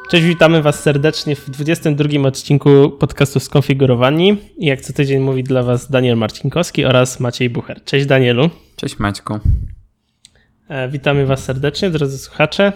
Cześć, witamy Was serdecznie w 22 odcinku podcastu Skonfigurowani. I jak co tydzień mówi dla Was Daniel Marcinkowski oraz Maciej Bucher. Cześć Danielu. Cześć Maćku. Witamy Was serdecznie, drodzy słuchacze.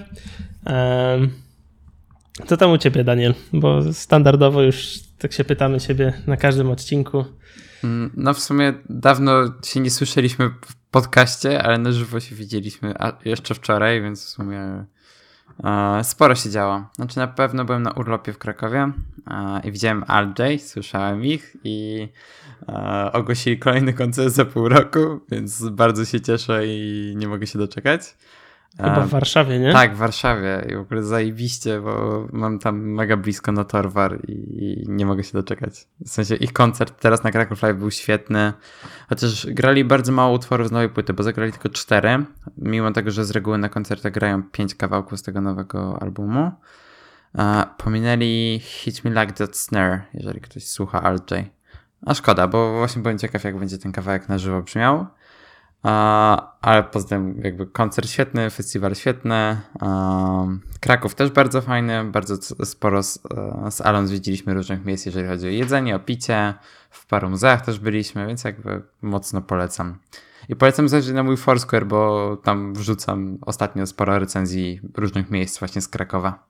Co tam u Ciebie, Daniel? Bo standardowo już tak się pytamy Ciebie na każdym odcinku. No w sumie dawno się nie słyszeliśmy w podcaście, ale na żywo się widzieliśmy jeszcze wczoraj, więc w sumie sporo się działo. Znaczy na pewno byłem na urlopie w Krakowie i widziałem Alt-J, słyszałem ich i ogłosili kolejny koncert za pół roku, więc bardzo się cieszę i nie mogę się doczekać. Chyba w Warszawie, nie? Tak, w Warszawie i w ogóle zajebiście, bo mam tam mega blisko na Torwar i nie mogę się doczekać. W sensie ich koncert teraz na Kraków Live był świetny, chociaż grali bardzo mało utworów z nowej płyty, bo zagrali tylko 4, mimo tego, że z reguły na koncertach grają 5 kawałków z tego nowego albumu. Pominęli Hit Me Like That Snare, jeżeli ktoś słucha Alt-J. A szkoda, bo właśnie byłem ciekaw, jak będzie ten kawałek na żywo brzmiał. Ale poza tym jakby koncert świetny, festiwal świetny, Kraków też bardzo fajny, bardzo sporo z Alą zwiedziliśmy różnych miejsc, jeżeli chodzi o jedzenie, o picie, w paru muzeach też byliśmy, więc jakby mocno polecam. I polecam zajrzeć na mój Foursquare, bo tam wrzucam ostatnio sporo recenzji różnych miejsc właśnie z Krakowa.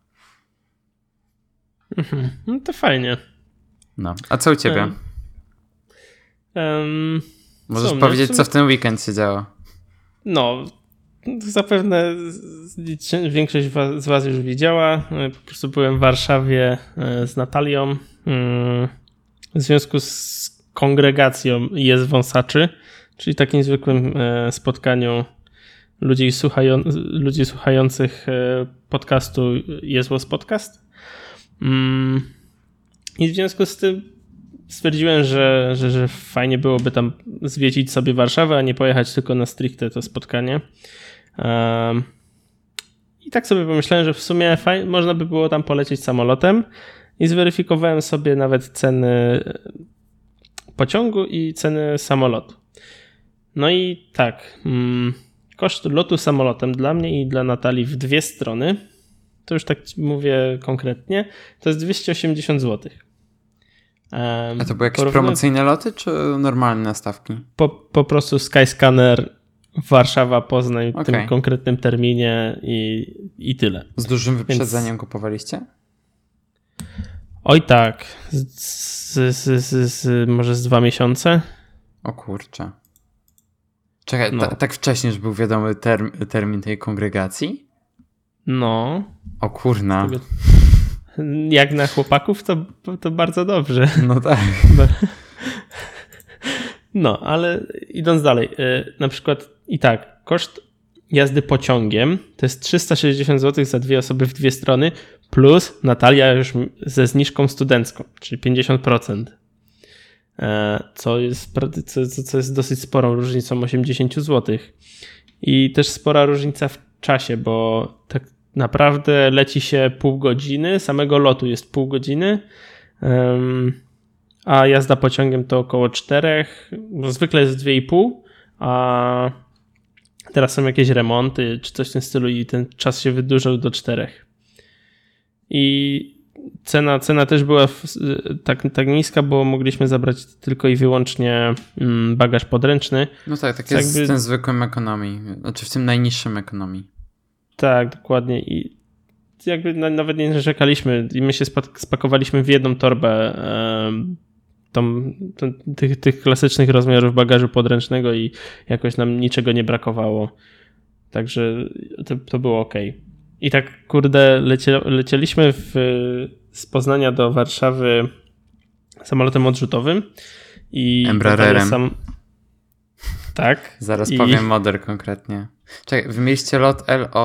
No to fajnie. No, a co u ciebie? Możesz powiedzieć, co w ten weekend się działo? No, zapewne większość z Was już widziała. Po prostu byłem w Warszawie z Natalią. W związku z kongregacją Jest Wąsaczy, czyli takim zwykłym spotkaniu ludzi słuchających podcastu Jest Wąs Podcast. I w związku z tym stwierdziłem, że fajnie byłoby tam zwiedzić sobie Warszawę, a nie pojechać tylko na stricte to spotkanie. I tak sobie pomyślałem, że w sumie można by było tam polecieć samolotem i zweryfikowałem sobie nawet ceny pociągu i ceny samolotu. No i tak, koszt lotu samolotem dla mnie i dla Natalii w dwie strony, to już tak mówię konkretnie, to jest 280 zł. A to były jakieś promocyjne loty, czy normalne stawki? Po prostu Skyscanner Warszawa, Poznań w tym konkretnym terminie i tyle. Z dużym wyprzedzeniem kupowaliście? Oj tak, może z 2 miesiące. O kurczę. Czekaj, tak wcześnie już był wiadomy termin tej kongregacji? No. O kurna. Jak na chłopaków, to bardzo dobrze. No tak. No, ale idąc dalej, na przykład i tak, koszt jazdy pociągiem to jest 360 zł za dwie osoby w dwie strony, plus Natalia już ze zniżką studencką, czyli 50%. Co jest dosyć sporą różnicą, 80 zł. I też spora różnica w czasie, bo tak naprawdę leci się pół godziny, samego lotu jest pół godziny, a jazda pociągiem to około 4, bo zwykle jest 2,5, a teraz są jakieś remonty czy coś w tym stylu i ten czas się wydłużył do 4. I cena też była tak niska, bo mogliśmy zabrać tylko i wyłącznie bagaż podręczny. No tak jest w tym zwykłym ekonomii, znaczy w tym najniższym ekonomii. Tak, dokładnie i jakby nawet nie narzekaliśmy i my się spakowaliśmy w jedną torbę tych klasycznych rozmiarów bagażu podręcznego i jakoś nam niczego nie brakowało. Także to było okej. I tak kurde lecieliśmy z Poznania do Warszawy samolotem odrzutowym i Embraerem. Tak. Zaraz powiem model konkretnie. Czekaj, wy mieliście lot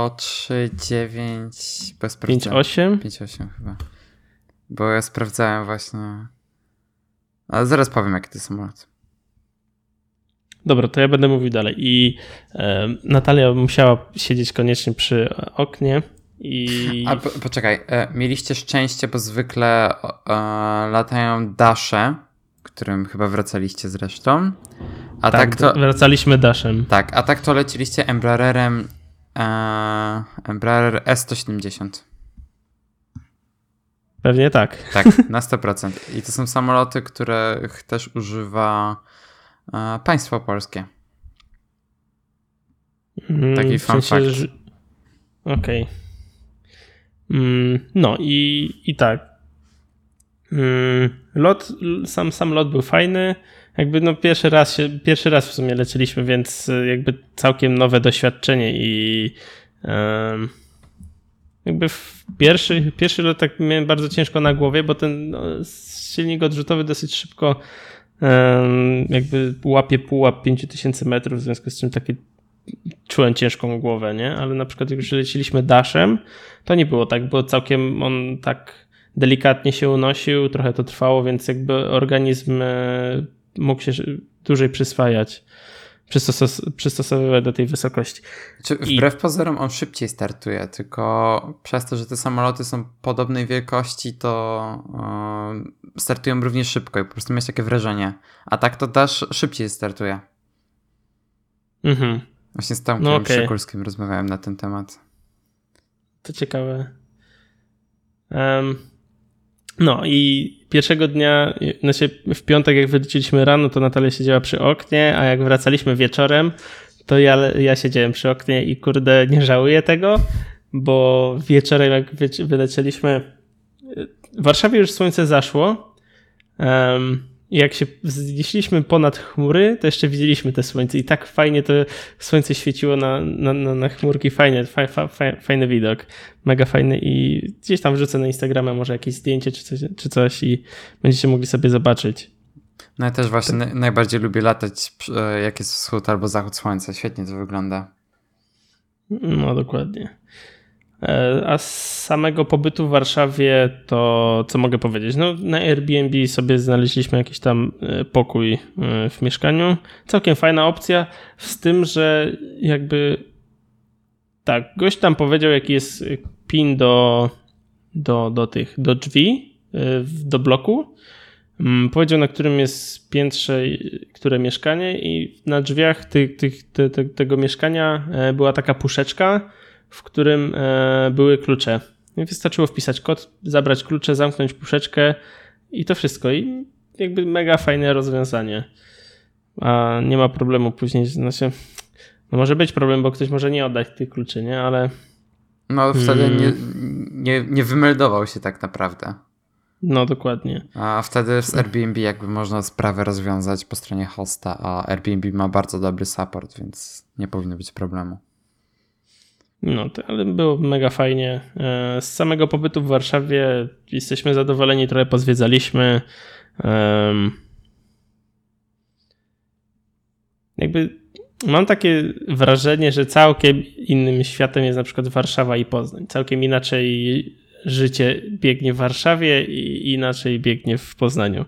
LO39 58? 58 chyba. Bo ja sprawdzałem właśnie. Ale zaraz powiem, jaki to samolot. Dobra, to ja będę mówił dalej. I Natalia musiała siedzieć koniecznie przy oknie i... A poczekaj, mieliście szczęście, bo zwykle latają Dasze, którym chyba wracaliście zresztą. A tak to wracaliśmy Dashem. Tak, a tak to lecieliście Embraerem Embraer S170. Pewnie tak. Tak, na 100%. I to są samoloty, których też używa państwo polskie. Taki fun fact. Okej. No i tak. Sam lot był fajny. Jakby no pierwszy raz w sumie lecieliśmy, więc jakby całkiem nowe doświadczenie i jakby pierwszy lot tak miałem bardzo ciężko na głowie, bo ten silnik odrzutowy dosyć szybko jakby łapie pułap 5000 metrów, w związku z czym takie czułem ciężką głowę, nie? Ale na przykład jak już leciliśmy Dashem, to nie było tak, bo całkiem on tak delikatnie się unosił, trochę to trwało, więc jakby organizm mógł się dłużej przyswajać, przystosowywać do tej wysokości. Wbrew pozorom on szybciej startuje, tylko przez to, że te samoloty są podobnej wielkości, to startują równie szybko i po prostu miałeś takie wrażenie. A tak to Dash szybciej startuje. Mhm. Właśnie z Tomkiem Szykulskim rozmawiałem na ten temat. To ciekawe. No i pierwszego dnia, znaczy w piątek jak wyleciliśmy rano, to Natalia siedziała przy oknie, a jak wracaliśmy wieczorem, to ja siedziałem przy oknie i kurde nie żałuję tego, bo wieczorem jak wylecieliśmy, w Warszawie już słońce zaszło, i jak się wznieśliśmy ponad chmury, to jeszcze widzieliśmy te słońce i tak fajnie to słońce świeciło na chmurki, fajny widok, mega fajny i gdzieś tam wrzucę na Instagrama może jakieś zdjęcie czy coś i będziecie mogli sobie zobaczyć. No ja też właśnie najbardziej lubię latać jak jest wschód albo zachód słońca, świetnie to wygląda. No dokładnie. A z samego pobytu w Warszawie to co mogę powiedzieć? No na Airbnb sobie znaleźliśmy jakiś tam pokój w mieszkaniu. Całkiem fajna opcja, z tym, że jakby tak, gość tam powiedział jaki jest PIN do drzwi, do bloku. Powiedział na którym jest piętrze, które mieszkanie i na drzwiach tego mieszkania była taka puszeczka, w którym były klucze. I wystarczyło wpisać kod, zabrać klucze, zamknąć puszeczkę i to wszystko. I jakby mega fajne rozwiązanie. A nie ma problemu później, znaczy, no może być problem, bo ktoś może nie oddać tych kluczy, nie? Ale... No wtedy nie wymeldował się tak naprawdę. No dokładnie. A wtedy z Airbnb jakby można sprawę rozwiązać po stronie hosta, a Airbnb ma bardzo dobry support, więc nie powinno być problemu. No, ale było mega fajnie. Z samego pobytu w Warszawie jesteśmy zadowoleni, trochę pozwiedzaliśmy. Jakby mam takie wrażenie, że całkiem innym światem jest na przykład Warszawa i Poznań. Całkiem inaczej życie biegnie w Warszawie i inaczej biegnie w Poznaniu.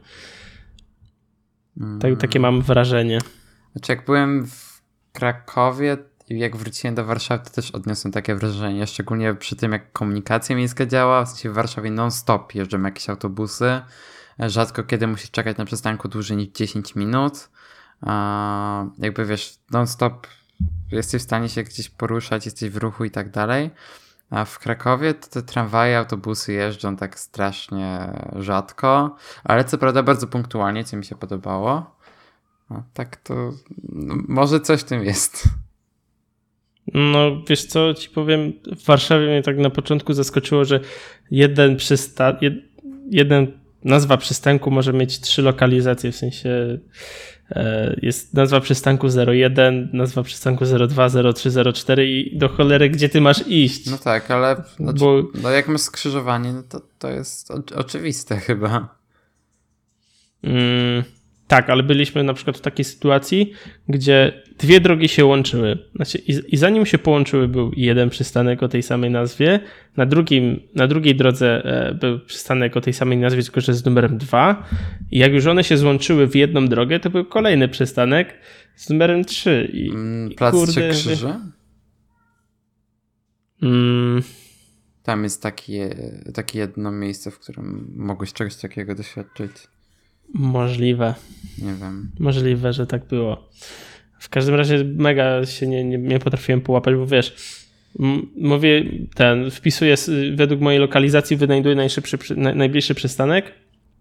Takie mam wrażenie. Znaczy jak byłem w Krakowie i jak wróciłem do Warszawy, to też odniosłem takie wrażenie, szczególnie przy tym, jak komunikacja miejska działa. W sensie w Warszawie non-stop jeżdżą jakieś autobusy. Rzadko kiedy musisz czekać na przystanku dłużej niż 10 minut. Jakby wiesz, non-stop jesteś w stanie się gdzieś poruszać, jesteś w ruchu i tak dalej. A w Krakowie to te tramwaje, autobusy jeżdżą tak strasznie rzadko, ale co prawda bardzo punktualnie, co mi się podobało. Tak to może coś w tym jest. No wiesz co, ci powiem, w Warszawie mnie tak na początku zaskoczyło, że jeden nazwa przystanku może mieć 3 lokalizacje, w sensie jest nazwa przystanku 01, nazwa przystanku 02, 03, 04 i do cholery gdzie ty masz iść. No tak, ale no jak masz skrzyżowanie, no to jest oczywiste chyba. Tak, ale byliśmy na przykład w takiej sytuacji, gdzie 2 drogi się łączyły. Znaczy, i zanim się połączyły, był jeden przystanek o tej samej nazwie, na drugiej drodze był przystanek o tej samej nazwie, tylko że z numerem 2. I jak już one się złączyły w jedną drogę, to był kolejny przystanek z numerem 3. Plac Trzech Krzyży? Tam jest takie jedno miejsce, w którym mogłeś czegoś takiego doświadczyć. Możliwe. Nie wiem. Możliwe, że tak było. W każdym razie mega się nie potrafiłem połapać, bo wiesz, Mówię, wpisuję według mojej lokalizacji, wynajduję najbliższy przystanek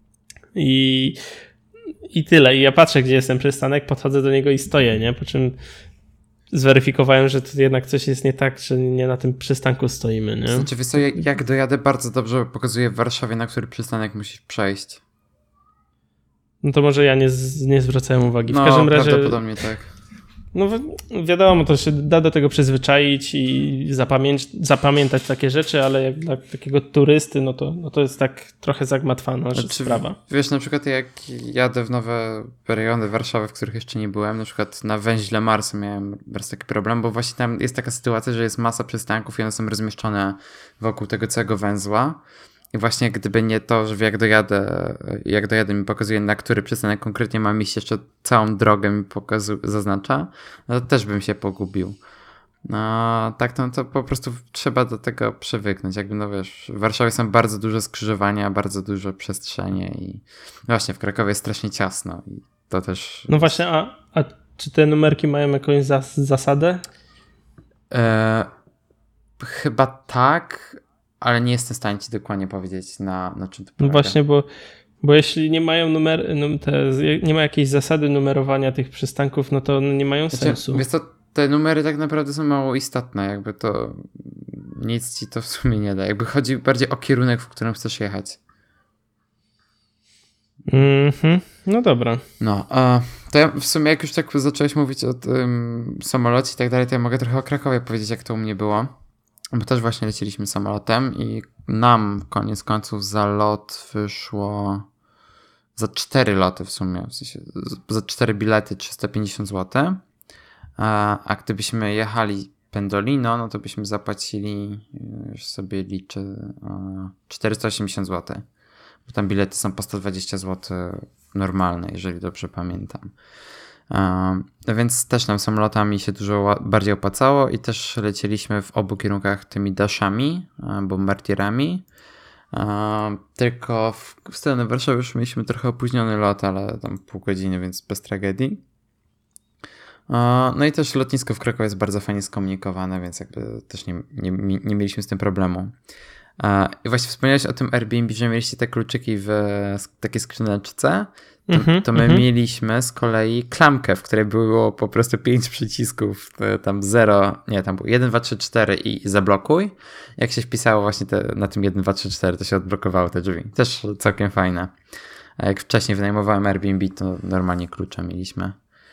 i tyle. I ja patrzę, gdzie jest ten przystanek, podchodzę do niego i stoję, nie? Po czym zweryfikowałem, że to jednak coś jest nie tak, że nie na tym przystanku stoimy, nie? Znaczy, wiesz co, jak dojadę, bardzo dobrze pokazuje w Warszawie, na który przystanek musisz przejść. No to może ja nie zwracałem uwagi. W No, każdym razie prawdopodobnie tak. No wiadomo, to się da do tego przyzwyczaić i zapamiętać takie rzeczy, ale jak dla takiego turysty, no to jest tak trochę zagmatwana sprawa. Wiesz, na przykład jak jadę w nowe rejony Warszawy, w których jeszcze nie byłem, na przykład na węźle Marsy miałem raz taki problem, bo właśnie tam jest taka sytuacja, że jest masa przystanków i one są rozmieszczone wokół tego całego węzła. I właśnie gdyby nie to, że jak dojadę mi pokazuje, na który przystanek konkretnie mam iść, jeszcze całą drogę mi zaznacza, no to też bym się pogubił. No tak, to po prostu trzeba do tego przywyknąć. Jakby, no wiesz, w Warszawie są bardzo duże skrzyżowania, bardzo duże przestrzenie i właśnie w Krakowie jest strasznie ciasno i to też... No właśnie, a czy te numerki mają jakąś zasadę? Chyba tak, ale nie jestem w stanie ci dokładnie powiedzieć, na czym to polega. No właśnie, bo jeśli nie mają nie ma jakiejś zasady numerowania tych przystanków, no to one nie mają sensu. Wiesz co, te numery tak naprawdę są mało istotne, jakby to nic ci to w sumie nie da. Jakby chodzi bardziej o kierunek, w którym chcesz jechać. No dobra. No, to ja w sumie jak już tak zacząłeś mówić o tym samolocie i tak dalej, to ja mogę trochę o Krakowie powiedzieć, jak to u mnie było. Bo też właśnie lecieliśmy samolotem i nam koniec końców za lot wyszło za 4 loty w sumie, w sensie za 4 bilety 350 zł, a gdybyśmy jechali Pendolino, no to byśmy zapłacili, już sobie liczę, 480 zł, bo tam bilety są po 120 zł normalne, jeżeli dobrze pamiętam. Więc też nam samolotami się dużo bardziej opłacało i też lecieliśmy w obu kierunkach tymi daszami, bombardierami. Tylko w stronę Warszawy już mieliśmy trochę opóźniony lot, ale tam pół godziny, więc bez tragedii. No i też lotnisko w Krakowie jest bardzo fajnie skomunikowane, więc jakby też nie mieliśmy z tym problemu. I właśnie wspomniałeś o tym Airbnb, że mieliście te kluczyki w takiej skrzyneczce. To my mieliśmy z kolei klamkę, w której było po prostu 5 przycisków, tam 0, nie, tam było 1, 2, 3, 4 i zablokuj. Jak się wpisało właśnie na tym 1, 2, 3, 4, to się odblokowały te drzwi. Też całkiem fajne. A jak wcześniej wynajmowałem Airbnb, to normalnie klucze mieliśmy.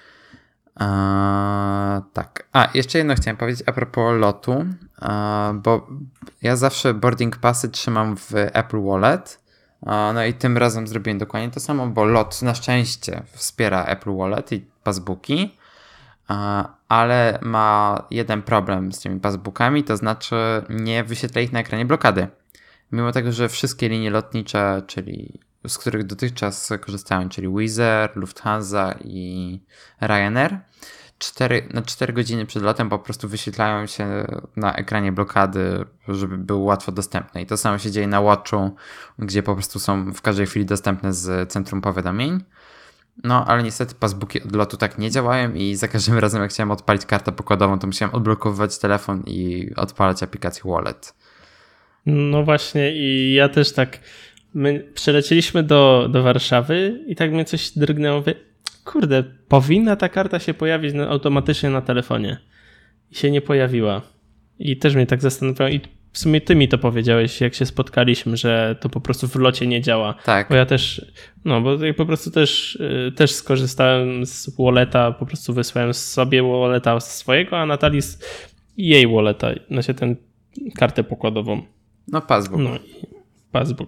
Tak. Jeszcze jedno chciałem powiedzieć a propos lotu, bo ja zawsze boarding passy trzymam w Apple Wallet. No i tym razem zrobiłem dokładnie to samo, bo LOT na szczęście wspiera Apple Wallet i passbooki, ale ma jeden problem z tymi passbookami, to znaczy nie wyświetla ich na ekranie blokady. Mimo tego, że wszystkie linie lotnicze, czyli z których dotychczas korzystałem, czyli Wizz Air, Lufthansa i Ryanair, na 4 godziny przed lotem po prostu wyświetlają się na ekranie blokady, żeby były łatwo dostępne. I to samo się dzieje na Watchu, gdzie po prostu są w każdej chwili dostępne z centrum powiadomień. No, ale niestety passbooki od lotu tak nie działają i za każdym razem jak chciałem odpalić kartę pokładową, to musiałem odblokowywać telefon i odpalać aplikację Wallet. No właśnie i ja też tak, my przylecieliśmy do Warszawy i tak mnie coś drgnęło, kurde, powinna ta karta się pojawić automatycznie na telefonie. I się nie pojawiła. I też mnie tak zastanawiało. I w sumie ty mi to powiedziałeś, jak się spotkaliśmy, że to po prostu w locie nie działa. Tak. Bo ja też, bo ja po prostu też skorzystałem z walleta, po prostu wysłałem sobie walleta swojego, a Natalii jej walleta, znaczy tę kartę pokładową. No passbook. No i passbook.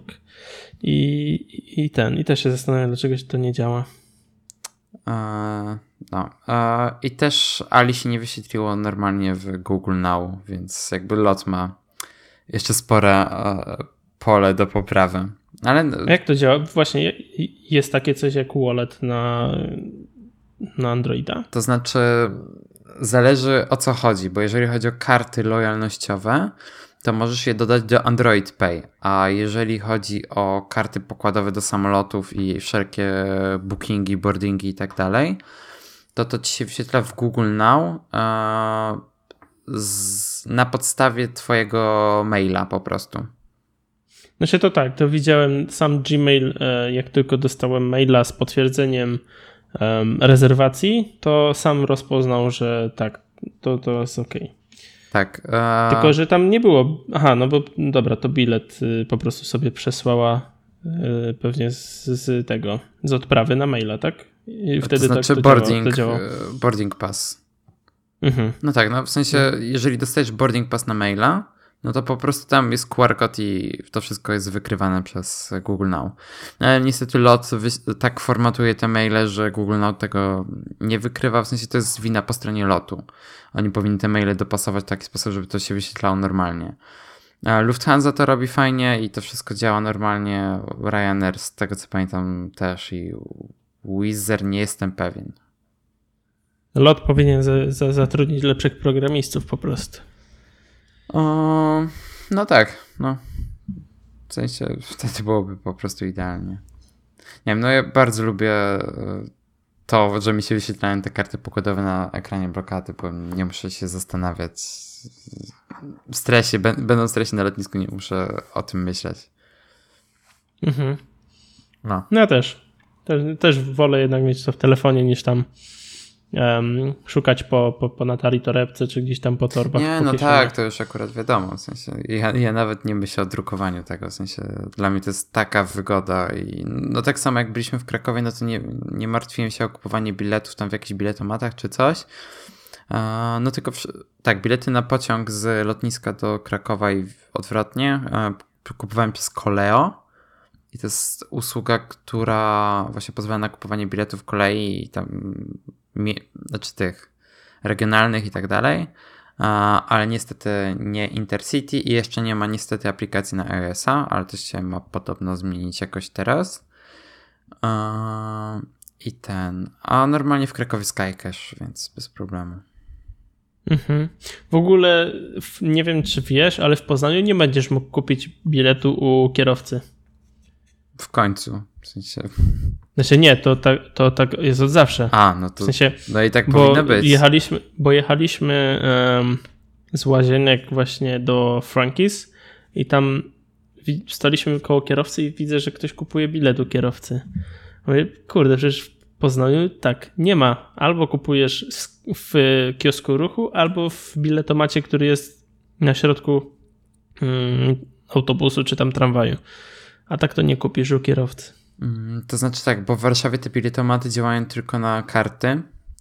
I też się zastanawiam, dlaczego to nie działa. I też Ali się nie wyświetliło normalnie w Google Now, więc jakby lot ma jeszcze spore pole do poprawy. Ale... A jak to działa? Właśnie jest takie coś jak wallet na Androida? To znaczy zależy o co chodzi, bo jeżeli chodzi o karty lojalnościowe, to możesz je dodać do Android Pay, a jeżeli chodzi o karty pokładowe do samolotów i wszelkie bookingi, boardingi i tak dalej, to ci się wyświetla w Google Now na podstawie twojego maila po prostu. Znaczy to tak, to widziałem sam Gmail, jak tylko dostałem maila z potwierdzeniem rezerwacji, to sam rozpoznał, że tak, to jest okej. Tak. Tylko, że tam nie było, no bo dobra, to bilet po prostu sobie przesłała pewnie z odprawy na maila, tak? I wtedy to znaczy tak to działało. boarding pass. Mhm. No tak, no w sensie, jeżeli dostajesz boarding pass na maila, no to po prostu tam jest QR kod i to wszystko jest wykrywane przez Google Now. Ale niestety LOT tak formatuje te maile, że Google Now tego nie wykrywa, w sensie to jest wina po stronie LOT-u. Oni powinni te maile dopasować w taki sposób, żeby to się wyświetlało normalnie. Lufthansa to robi fajnie i to wszystko działa normalnie. Ryanair, z tego co pamiętam, też i Wizz Air nie jestem pewien. LOT powinien zatrudnić lepszych programistów po prostu. No tak, no. W sensie wtedy byłoby po prostu idealnie. Nie wiem, no ja bardzo lubię to, że mi się wyświetlają te karty pokładowe na ekranie blokady, bo nie muszę się zastanawiać w stresie, będąc w stresie na lotnisku nie muszę o tym myśleć. Mhm. No ja też wolę jednak mieć to w telefonie niż tam szukać po Natalii torebce, czy gdzieś tam po torbach. Nie, po no kieszeniach. tak, to już akurat wiadomo, w sensie ja nawet nie myślę o drukowaniu tego, w sensie dla mnie to jest taka wygoda i no tak samo jak byliśmy w Krakowie, no to nie martwiłem się o kupowanie biletów tam w jakichś biletomatach czy coś, no tylko tak, bilety na pociąg z lotniska do Krakowa i odwrotnie kupowałem przez Koleo. I to jest usługa, która właśnie pozwala na kupowanie biletów kolei i tam, znaczy tych regionalnych i tak dalej, ale niestety nie Intercity i jeszcze nie ma niestety aplikacji na iOS-a, ale to się ma podobno zmienić jakoś teraz. A normalnie w Krakowie Skycash, więc bez problemu. Mhm. W ogóle nie wiem, czy wiesz, ale w Poznaniu nie będziesz mógł kupić biletu u kierowcy. W końcu, w sensie... Znaczy nie, to tak jest od zawsze. No to w sensie, no i tak powinno być. Jechaliśmy z Łazienek właśnie do Frankie's i tam staliśmy koło kierowcy i widzę, że ktoś kupuje bilet u kierowcy. Mówię, kurde, przecież w Poznaniu tak nie ma. Albo kupujesz w kiosku ruchu, albo w biletomacie, który jest na środku autobusu czy tam tramwaju. A tak to nie kupisz u kierowcy. To znaczy tak, bo w Warszawie te biletomaty działają tylko na karty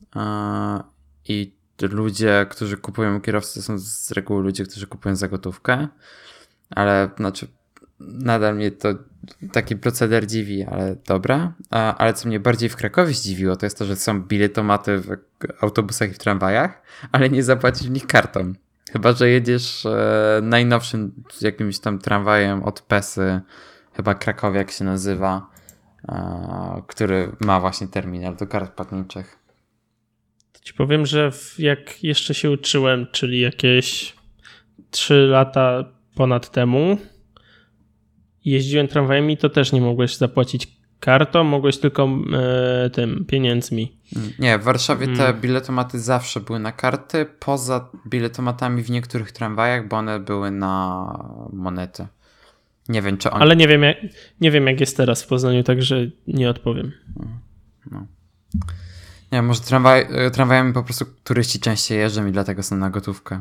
i ludzie, którzy kupują u kierowcy, są z reguły ludzie, którzy kupują za gotówkę, ale znaczy nadal mnie to taki proceder dziwi, ale dobra. Ale co mnie bardziej w Krakowie zdziwiło, to jest to, że są biletomaty w autobusach i w tramwajach, ale nie zapłacisz w nich kartą. Chyba że jedziesz najnowszym jakimś tam tramwajem od Pesy, chyba Krakowiak się nazywa, który ma właśnie terminal do kart płatniczych. To ci powiem, że jak jeszcze się uczyłem, czyli jakieś 3 lata ponad temu, jeździłem tramwajami, to też nie mogłeś zapłacić kartą, mogłeś tylko tym pieniędzmi. Nie, w Warszawie te biletomaty zawsze były na karty, poza biletomatami w niektórych tramwajach, bo one były na monety. Nie wiem, czy Ale nie wiem, jak jest teraz w Poznaniu, także nie odpowiem. No. Nie, może tramwajami po prostu turyści częściej jeżdżą i dlatego są na gotówkę.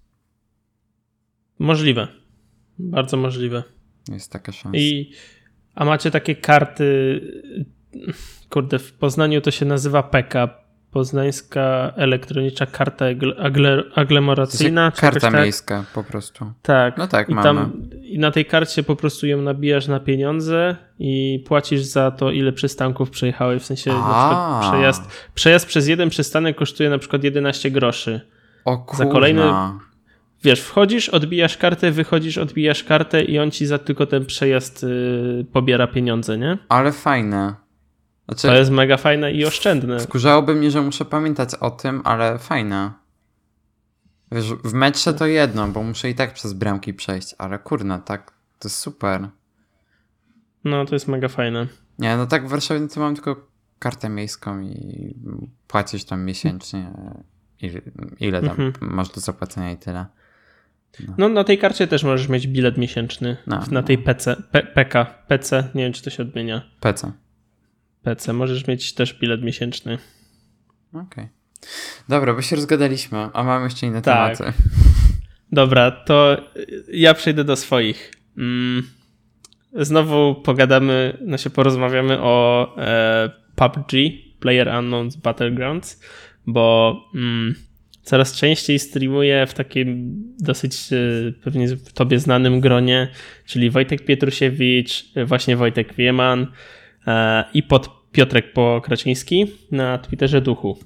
Możliwe. Bardzo możliwe. Jest taka szansa. A macie takie karty, kurde, w Poznaniu to się nazywa PEKA, Poznańska Elektroniczna Karta Aglomeracyjna. Karta miejska po prostu. Tak. No tak, I mamy. I na tej karcie po prostu ją nabijasz na pieniądze i płacisz za to, ile przystanków przejechałeś. W sensie na przykład przejazd przez jeden przystanek kosztuje na przykład 11 groszy. O kurwa. Za kolejny... Wiesz, wchodzisz, odbijasz kartę, wychodzisz, odbijasz kartę i on ci za tylko ten przejazd pobiera pieniądze, nie? Ale fajne. Znaczy, to jest mega fajne i oszczędne. Wkurzałoby mnie, że muszę pamiętać o tym, ale fajne. Wiesz, w metrze to jedno, bo muszę i tak przez bramki przejść, ale kurna, tak, to jest super. No, to jest mega fajne. Nie, no tak w Warszawie to mam tylko kartę miejską i płacisz tam miesięcznie ile tam masz do zapłacenia i tyle. No na tej karcie też możesz mieć bilet miesięczny. Na tej PC, nie wiem czy to się odmienia. PC, możesz mieć też bilet miesięczny. Okej. Dobra, bo się rozgadaliśmy, a mamy jeszcze inne tematy. Dobra, to ja przejdę do swoich. Znowu pogadamy, porozmawiamy o PUBG, PlayerUnknown's Battlegrounds, bo coraz częściej streamuję w takim dosyć pewnie tobie znanym gronie, czyli Wojtek Pietrusiewicz, właśnie Wojtek Wieman i Piotrek Pokraczyński na Twitterze Duchu.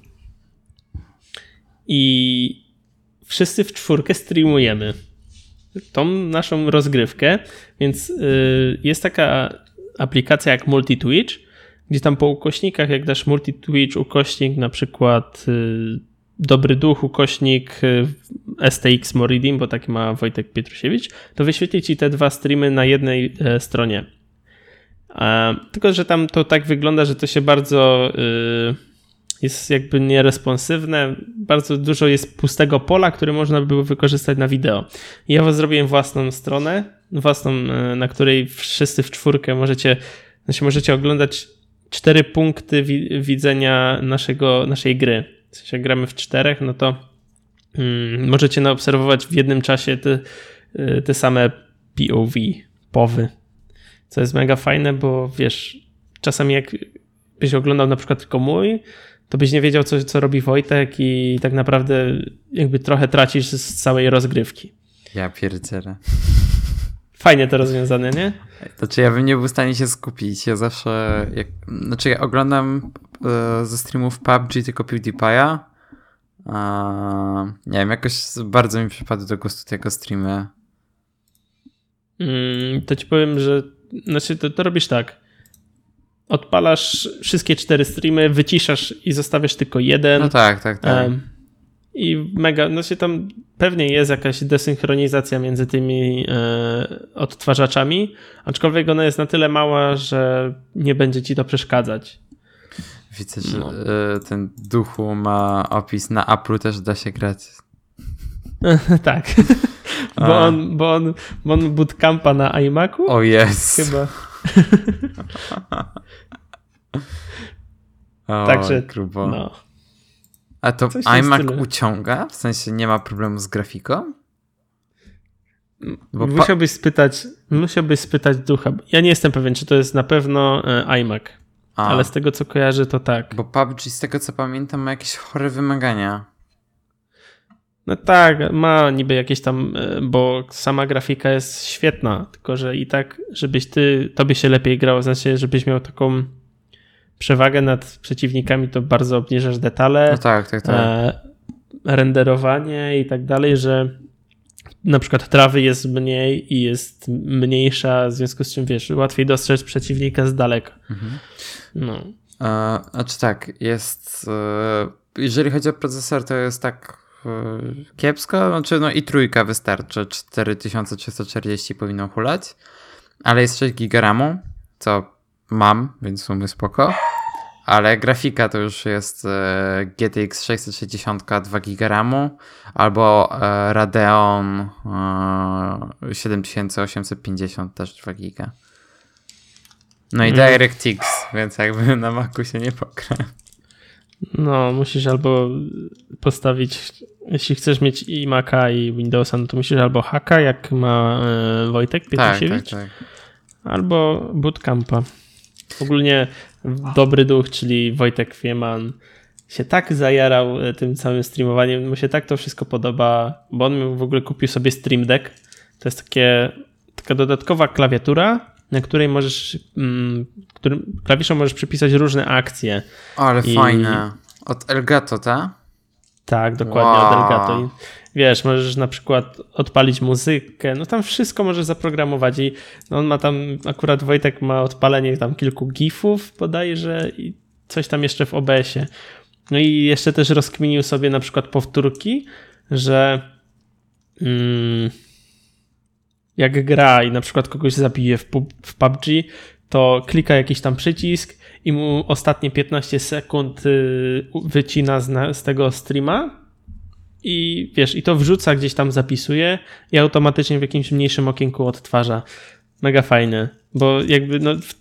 I wszyscy w czwórkę streamujemy tą naszą rozgrywkę, więc jest taka aplikacja jak MultiTwitch, gdzie tam po ukośnikach, jak dasz MultiTwitch ukośnik, na przykład Dobry Duch ukośnik STX Moridim, bo taki ma Wojtek Pietrusiewicz, to wyświetli ci te dwa streamy na jednej stronie. Tylko, że tam to tak wygląda, że to się bardzo jest jakby nieresponsywne. Bardzo dużo jest pustego pola, które można by było wykorzystać na wideo. I ja zrobiłem własną stronę, na której wszyscy w czwórkę możecie oglądać 4 punkty widzenia naszej gry. W sensie gramy w 4, no to możecie obserwować w jednym czasie te same POV, co jest mega fajne, bo wiesz, czasami jak byś oglądał na przykład tylko mój, to byś nie wiedział, co robi Wojtek i tak naprawdę jakby trochę tracisz z całej rozgrywki. Ja pierdzielę. Fajnie to rozwiązane, nie? Znaczy ja bym nie był w stanie się skupić. Ja zawsze... ja oglądam ze streamów PUBG tylko PewDiePie'a. Nie wiem, jakoś bardzo mi przypadł do gustu tego streamy. To ci powiem, że to robisz tak. Odpalasz wszystkie 4 streamy, wyciszasz i zostawiasz tylko jeden. No tak. I mega, tam pewnie jest jakaś desynchronizacja między tymi odtwarzaczami, aczkolwiek ona jest na tyle mała, że nie będzie ci to przeszkadzać. Widzę, że ten Duchu ma opis na Apple'u też da się grać. Tak. Bo on bootcampa na iMacu? O jest. Chyba. Także grubo. No. A to iMac uciąga? W sensie nie ma problemu z grafiką? Bo musiałbyś spytać Ducha. Ja nie jestem pewien, czy to jest na pewno iMac. Ale z tego, co kojarzę, to tak. Bo PUBG, z tego, co pamiętam, ma jakieś chore wymagania. No tak, ma niby jakieś tam, bo sama grafika jest świetna, tylko że i tak, żebyś tobie się lepiej grało, znaczy, żebyś miał taką przewagę nad przeciwnikami, to bardzo obniżasz detale. No tak. Renderowanie i tak dalej, że na przykład trawy jest mniej i jest mniejsza, w związku z czym wiesz, łatwiej dostrzec przeciwnika z daleka. No. Znaczy tak, jest jeżeli chodzi o procesor, to jest tak kiepsko, znaczy i trójka wystarczy, 4340 powinno hulać, ale jest 6 GB RAM-u, co mam, więc w sumie spoko, ale grafika to już jest GTX 660 2 GB RAM-u albo Radeon 7850 też 2 GB. No i DirectX, więc jakby na Macu się nie pokrę. No, musisz albo postawić, jeśli chcesz mieć i Maca i Windowsa, no to musisz albo hacka, jak ma Wojtek Pietrusiewicz, tak. Albo bootcampa. Ogólnie Dobry Duch, czyli Wojtek Wieman, się tak zajarał tym całym streamowaniem, mu się tak to wszystko podoba, bo on w ogóle kupił sobie Stream Deck. To jest taka dodatkowa klawiatura, na której którym klawiszem możesz przypisać różne akcje. Ale fajne. Od Elgato, tak? Tak, dokładnie, od Elgato. I wiesz, możesz na przykład odpalić muzykę, no tam wszystko możesz zaprogramować i on ma tam, akurat Wojtek ma odpalenie tam kilku gifów bodajże i coś tam jeszcze w OBS-ie. No i jeszcze też rozkminił sobie na przykład powtórki, że jak gra i na przykład kogoś zabije w PUBG, to klika jakiś tam przycisk i mu ostatnie 15 sekund wycina z tego streama i wiesz, i to wrzuca gdzieś tam, zapisuje i automatycznie w jakimś mniejszym okienku odtwarza. Mega fajne, bo jakby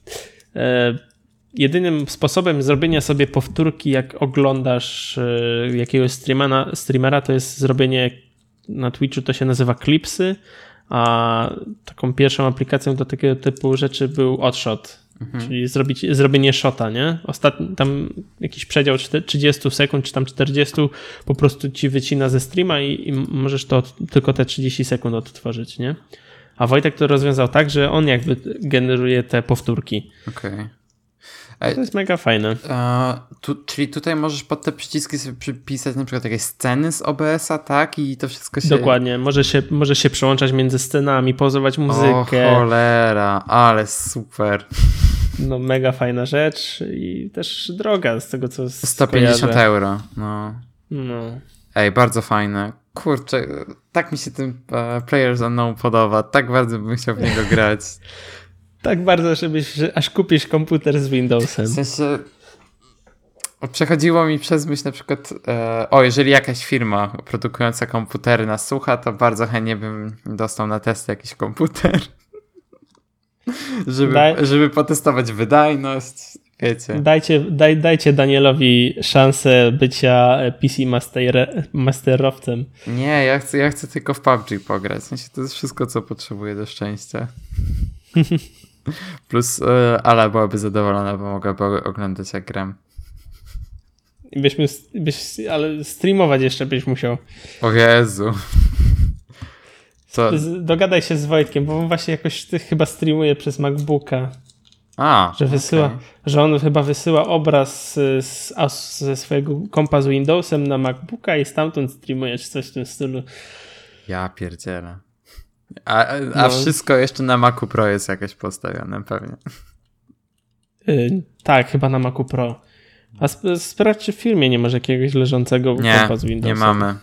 jedynym sposobem zrobienia sobie powtórki, jak oglądasz jakiegoś streamera, to jest zrobienie na Twitchu, to się nazywa Clipsy, a taką pierwszą aplikacją do takiego typu rzeczy był Oddshot, czyli zrobienie shota, nie? Tam jakiś przedział 30 sekund, czy tam 40 po prostu ci wycina ze streama i możesz to tylko te 30 sekund odtworzyć, nie? A Wojtek to rozwiązał tak, że on jakby generuje te powtórki. Okej. To jest mega fajne. Czyli tutaj możesz pod te przyciski sobie przypisać na przykład jakieś sceny z OBS-a, tak? I to wszystko się... Dokładnie. Może się przełączać między scenami, pauzować muzykę. O cholera, ale super. No mega fajna rzecz i też droga z tego, co 150 skojarzę. euro. No. Ej, bardzo fajne. Kurczę, tak mi się ten Players Unknown podoba. Tak bardzo bym chciał w niego grać. Tak bardzo, że aż kupisz komputer z Windowsem. W sensie przechodziło mi przez myśl na przykład jeżeli jakaś firma produkująca komputery nas słucha, to bardzo chętnie bym dostał na testy jakiś komputer. żeby potestować wydajność, wiecie. Dajcie Danielowi szansę bycia PC masterowcem. Nie, ja chcę tylko w PUBG pograć. W sensie to jest wszystko, co potrzebuję do szczęścia. Plus Ala byłaby zadowolona, bo mogłaby oglądać jak gram. Ale streamować jeszcze byś musiał. O Jezu. Dogadaj się z Wojtkiem, bo on właśnie jakoś chyba streamuje przez MacBooka. Że on chyba wysyła obraz ze swojego kompa z Windowsem na MacBooka i stamtąd streamuje, czy coś w tym stylu. Ja pierdzielę. A wszystko jeszcze na Macu Pro jest jakieś postawione pewnie. Tak, chyba na Macu Pro. A sprawdź, czy w firmie nie masz jakiegoś leżącego kompa z Windowsem. Nie mamy.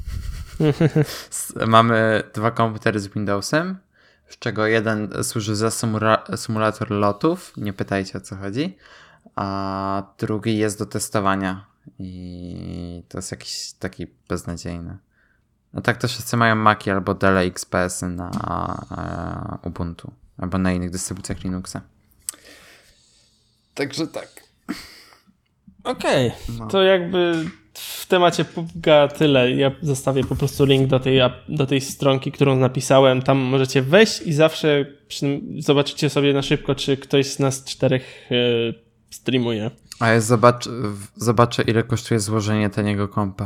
Mamy 2 komputery z Windowsem, z czego jeden służy za symulator lotów, nie pytajcie o co chodzi, a drugi jest do testowania i to jest jakiś taki beznadziejny. No tak to wszyscy mają Maci albo Dell XPS-y na Ubuntu albo na innych dystrybucjach Linuxa. Także tak. Okej, to jakby w temacie PUBG'a tyle. Ja zostawię po prostu link do tej stronki, którą napisałem. Tam możecie wejść i zawsze zobaczycie sobie na szybko, czy ktoś z nas 4 streamuje. A ja zobaczę, ile kosztuje złożenie taniego kompa.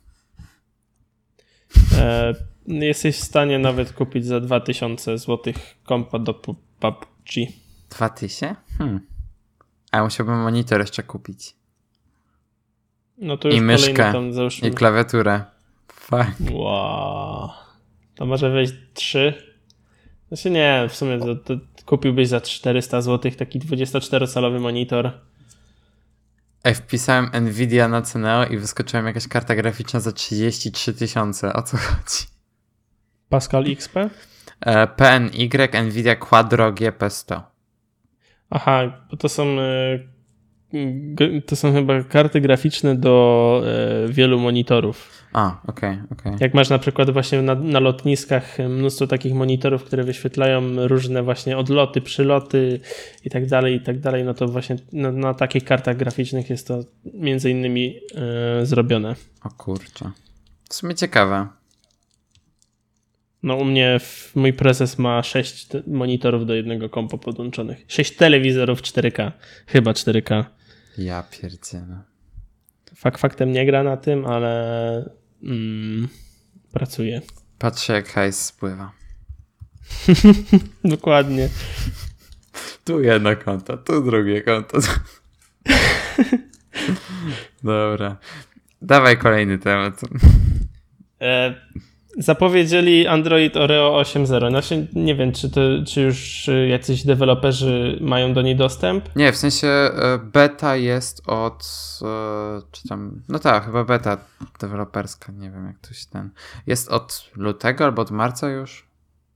Jesteś w stanie nawet kupić za 2000 zł kompa do PUBG. 2000? A ja musiałbym monitor jeszcze kupić. No to już i myszkę, tam załóżmy... i klawiaturę. Fuck. Wow. To może wejść 3? Znaczy nie, w sumie to kupiłbyś za 400 zł taki 24-calowy monitor. Wpisałem Nvidia na Ceneo i wyskoczyła mi jakaś karta graficzna za 33 000. O co chodzi? Pascal XP? PNY Nvidia Quadro GP100. Aha, bo to są chyba karty graficzne do wielu monitorów. Okej. Jak masz na przykład właśnie na lotniskach mnóstwo takich monitorów, które wyświetlają różne właśnie odloty, przyloty i tak dalej, no to właśnie na takich kartach graficznych jest to między innymi zrobione. O kurczę. W sumie ciekawe. No u mnie mój prezes ma 6 monitorów do jednego kompa podłączonych. 6 telewizorów 4K. Chyba 4K. Ja pierdzielę. Faktem nie gra na tym, ale pracuje. Patrzę jak hajs spływa. Dokładnie. Tu jedno konto, tu drugie konto. Dobra. Dawaj kolejny temat. Zapowiedzieli Android Oreo 8.0. Znaczy, nie wiem, czy już jacyś deweloperzy mają do niej dostęp? Nie, w sensie beta jest od... czy tam... No tak, chyba beta deweloperska. Nie wiem, jak to się ten... Jest od lutego albo od marca już?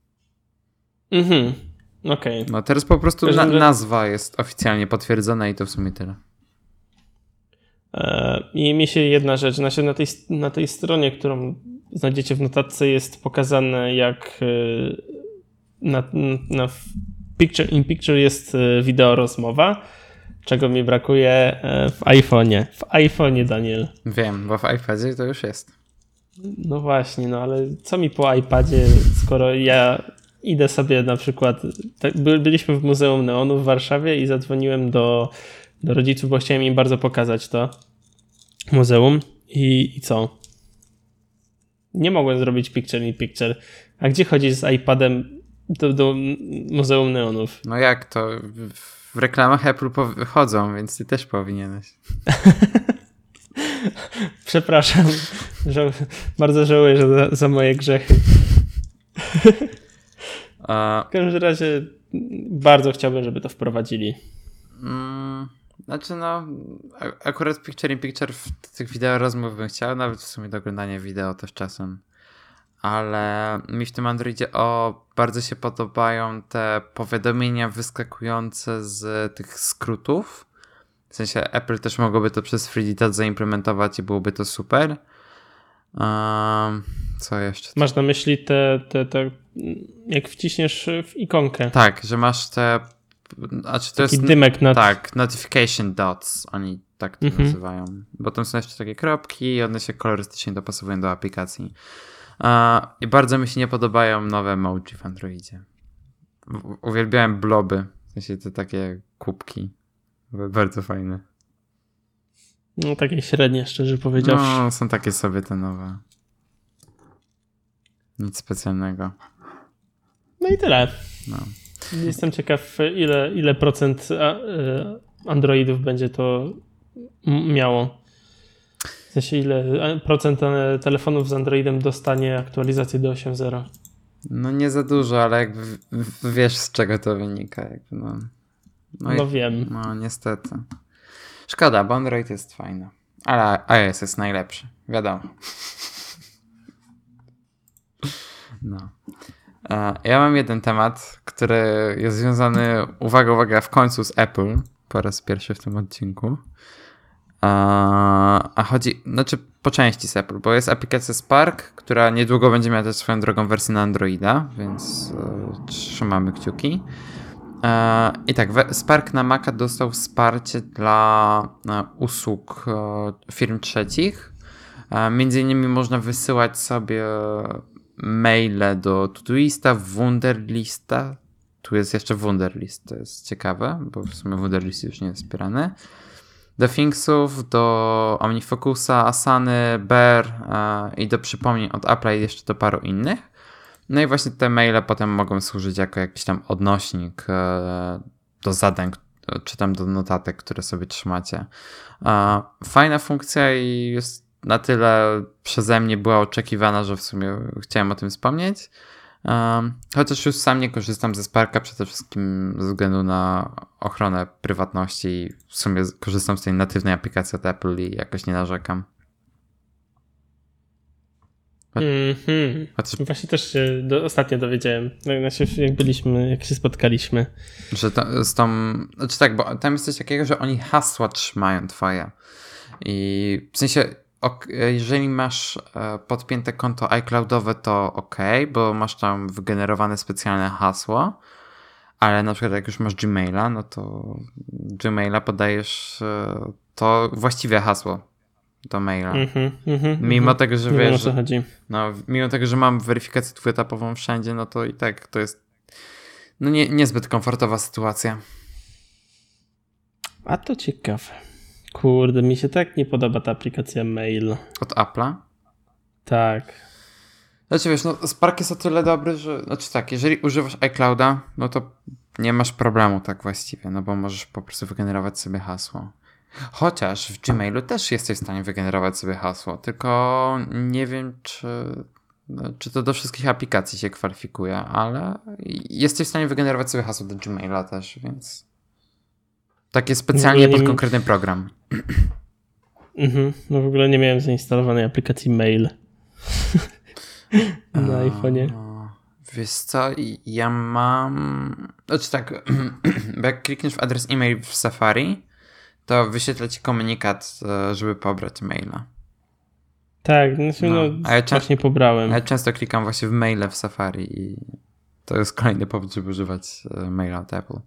Okej. No teraz po prostu nazwa jest oficjalnie potwierdzona i to w sumie tyle. I mi się jedna rzecz, znaczy na tej stronie, którą znajdziecie w notatce, jest pokazane, jak na Picture in Picture jest wideo rozmowa, czego mi brakuje w iPhone'ie. W iPhone'ie, Daniel. Wiem, bo w iPadzie to już jest. No właśnie, no ale co mi po iPadzie, skoro ja idę sobie na przykład, byliśmy w Muzeum Neonu w Warszawie i zadzwoniłem do rodziców, bo chciałem im bardzo pokazać to muzeum i co? Nie mogłem zrobić picture in picture. A gdzie chodzisz z iPadem do Muzeum Neonów? No jak to? W reklamach Apple chodzą, więc ty też powinieneś. Przepraszam. Bardzo żałuję za moje grzechy. W każdym razie bardzo chciałbym, żeby to wprowadzili. Znaczy no, akurat Picture in Picture w tych wideo rozmów bym chciał, nawet w sumie do oglądania wideo też czasem. Ale mi w tym Androidzie bardzo się podobają te powiadomienia wyskakujące z tych skrótów. W sensie Apple też mogłoby to przez FreeDTOT zaimplementować i byłoby to super. Co jeszcze? Masz na myśli te jak wciśniesz w ikonkę. Tak, że masz te... Znaczy to taki jest dymek nad... Tak, notification dots, oni tak to nazywają. Bo tam są jeszcze takie kropki i one się kolorystycznie dopasowują do aplikacji. I bardzo mi się nie podobają nowe emoji w Androidzie. Uwielbiałem bloby, w sensie te takie kubki. Były bardzo fajne. No takie średnie, szczerze powiedziawszy. No, są takie sobie te nowe. Nic specjalnego. No i tyle. No. Jestem ciekaw, ile procent Androidów będzie to miało. W sensie, ile procent telefonów z Androidem dostanie aktualizację do 8.0. No nie za dużo, ale jakby wiesz, z czego to wynika. Jakby no wiem. No niestety. Szkoda, bo Android jest fajny. Ale iOS jest najlepszy. Wiadomo. No. Ja mam jeden temat, który jest związany, uwaga, w końcu z Apple. Po raz pierwszy w tym odcinku. A chodzi, znaczy po części z Apple, bo jest aplikacja Spark, która niedługo będzie miała też swoją drogą wersję na Androida, więc trzymamy kciuki. I tak, Spark na Maca dostał wsparcie dla usług firm trzecich. Między innymi można wysyłać sobie maile do Todoista, Wunderlista. Tu jest jeszcze Wunderlist, to jest ciekawe, bo w sumie Wunderlist już nie jest wspierany. Do Thingsów, do OmniFocusa, Asany, Bear i do przypomnień od Apple'a i jeszcze do paru innych. No i właśnie te maile potem mogą służyć jako jakiś tam odnośnik do zadań, czy tam do notatek, które sobie trzymacie. Fajna funkcja i jest na tyle przeze mnie była oczekiwana, że w sumie chciałem o tym wspomnieć. Chociaż już sam nie korzystam ze Sparka przede wszystkim ze względu na ochronę prywatności i w sumie korzystam z tej natywnej aplikacji od Apple i jakoś nie narzekam. Właśnie też się ostatnio dowiedziałem, jak się spotkaliśmy. Że znaczy tak, bo tam jest coś takiego, że oni hasła trzymają twoje. I w sensie jeżeli masz podpięte konto iCloudowe, to bo masz tam wygenerowane specjalne hasło, ale na przykład jak już masz Gmaila, no to Gmaila podajesz to właściwe hasło do maila. Mimo tego, że wiesz, mimo tego, że mam weryfikację dwuetapową wszędzie, no to i tak to jest niezbyt komfortowa sytuacja. A to ciekawe. Kurde, mi się tak nie podoba ta aplikacja Mail. Od Apple'a? Tak. Znaczy wiesz, Spark jest o tyle dobry, że znaczy tak, jeżeli używasz iClouda, no to nie masz problemu tak właściwie, no bo możesz po prostu wygenerować sobie hasło. Chociaż w Gmailu też jesteś w stanie wygenerować sobie hasło, tylko nie wiem, czy to do wszystkich aplikacji się kwalifikuje, ale jesteś w stanie wygenerować sobie hasło do Gmaila też, więc takie specjalnie pod konkretny program. No w ogóle nie miałem zainstalowanej aplikacji Mail na iPhone'ie. Wiesz co, ja mam... Znaczy tak, bo jak klikniesz w adres e-mail w Safari, to wyświetla ci komunikat, żeby pobrać maila. Tak, właśnie pobrałem. Ja często klikam właśnie w maile w Safari i to jest kolejny powód, żeby używać maila od Apple.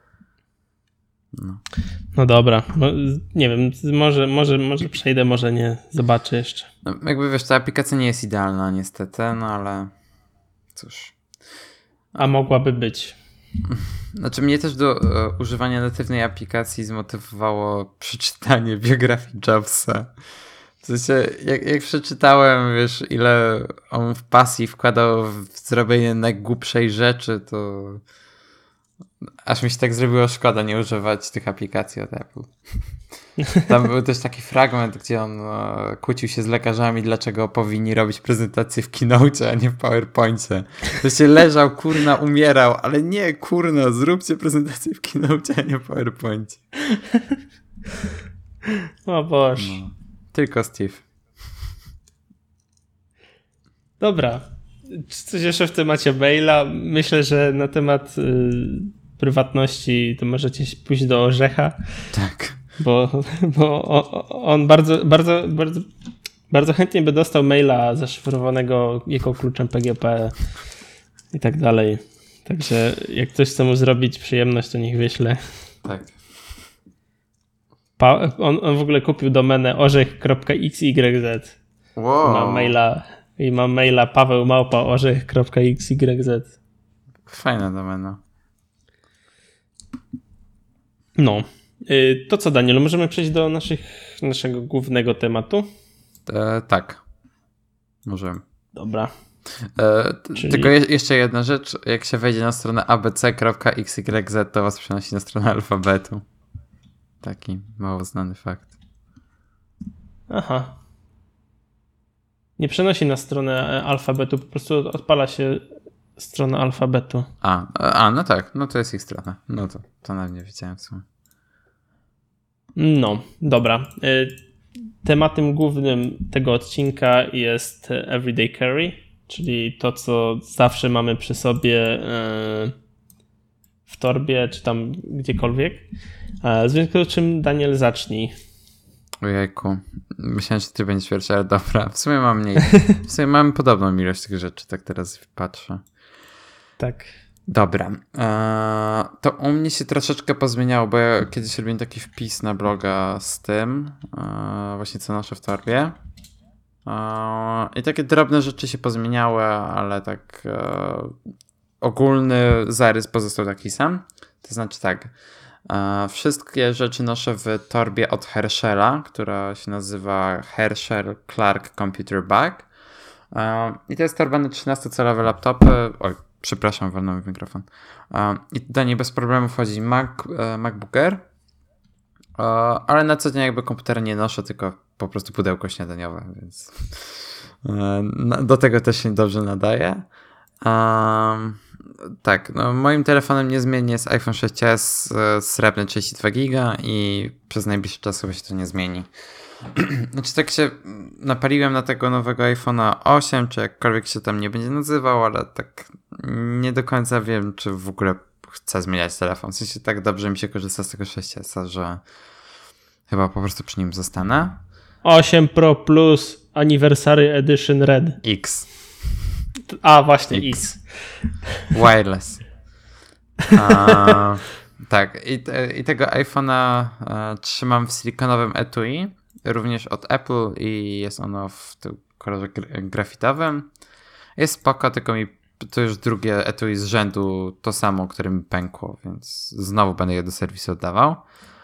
No dobra, nie wiem, może przejdę, może nie, zobaczę jeszcze. No, jakby wiesz, ta aplikacja nie jest idealna niestety, no ale cóż. A mogłaby być. Znaczy mnie też do używania natywnej aplikacji zmotywowało przeczytanie biografii Jobsa. W sensie, jak przeczytałem, wiesz, ile on w pasji wkładał w zrobienie najgłupszej rzeczy, to aż mi się tak zrobiło szkoda nie używać tych aplikacji od Apple. Tam był też taki fragment, gdzie on kłócił się z lekarzami, dlaczego powinni robić prezentację w Keynote, a nie w PowerPoincie. To się leżał, kurna, umierał, ale nie, kurna, zróbcie prezentację w Keynote, a nie w PowerPoincie. O Boże. No. Tylko Steve. Dobra. Czy coś jeszcze w temacie maila? Myślę, że na temat prywatności to możecie pójść do Orzecha. Tak. Bo on bardzo chętnie by dostał maila zaszyfrowanego jego kluczem PGP i tak dalej. Także jak ktoś chce mu zrobić przyjemność, to niech wyśle. Tak. On w ogóle kupił domenę orzech.xyz. Wow. I mam maila paweł@orzech.xyz. Fajna domena. No. To co, Danielu, możemy przejść do naszego głównego tematu? Tak. Możemy. Dobra. Tylko jeszcze jedna rzecz. Jak się wejdzie na stronę abc.xyz, to was przenosi na stronę alfabetu. Taki mało znany fakt. Aha. Nie przenosi na stronę alfabetu, po prostu odpala się strona alfabetu. No tak. No to jest ich strona. No to nawet nie wiedziałem w sumie. No, dobra. Tematem głównym tego odcinka jest Everyday Carry, czyli to, co zawsze mamy przy sobie w torbie, czy tam gdziekolwiek. W związku z czym, Daniel, zacznij. Ojejku. Myślałem, że ty będziesz pierwszy, ale dobra. W sumie mam mniej. W sumie mam podobną ilość tych rzeczy, tak teraz patrzę. Tak. Dobra. To u mnie się troszeczkę pozmieniało, bo ja kiedyś robiłem taki wpis na bloga z tym, właśnie co noszę w torbie. I takie drobne rzeczy się pozmieniały, ale tak ogólny zarys pozostał taki sam. To znaczy tak, wszystkie rzeczy noszę w torbie od Herschela, która się nazywa Herschel Clark Computer Bag. I to jest torba na 13-calowe laptopy. Oj, przepraszam, walnąłem w mikrofon. I do niej bez problemu wchodzi MacBook Air, ale na co dzień jakby komputera nie noszę, tylko po prostu pudełko śniadaniowe, więc do tego też się dobrze nadaje. Tak, no moim telefonem niezmiennie jest iPhone 6s, srebrny 32 GB i przez najbliższy czas chyba się to nie zmieni. Znaczy tak się napaliłem na tego nowego iPhone'a 8, czy jakkolwiek się tam nie będzie nazywał, ale tak nie do końca wiem, czy w ogóle chcę zmieniać telefon. W sensie tak dobrze mi się korzysta z tego 6s, że chyba po prostu przy nim zostanę. 8 Pro Plus Anniversary Edition Red. X. Właśnie X. Wireless. Tak, i tego iPhone'a trzymam w silikonowym etui, również od Apple i jest ono w tym kolorze grafitowym. Jest spoko, tylko mi to już drugie etui z rzędu to samo, które mi pękło, więc znowu będę je do serwisu oddawał.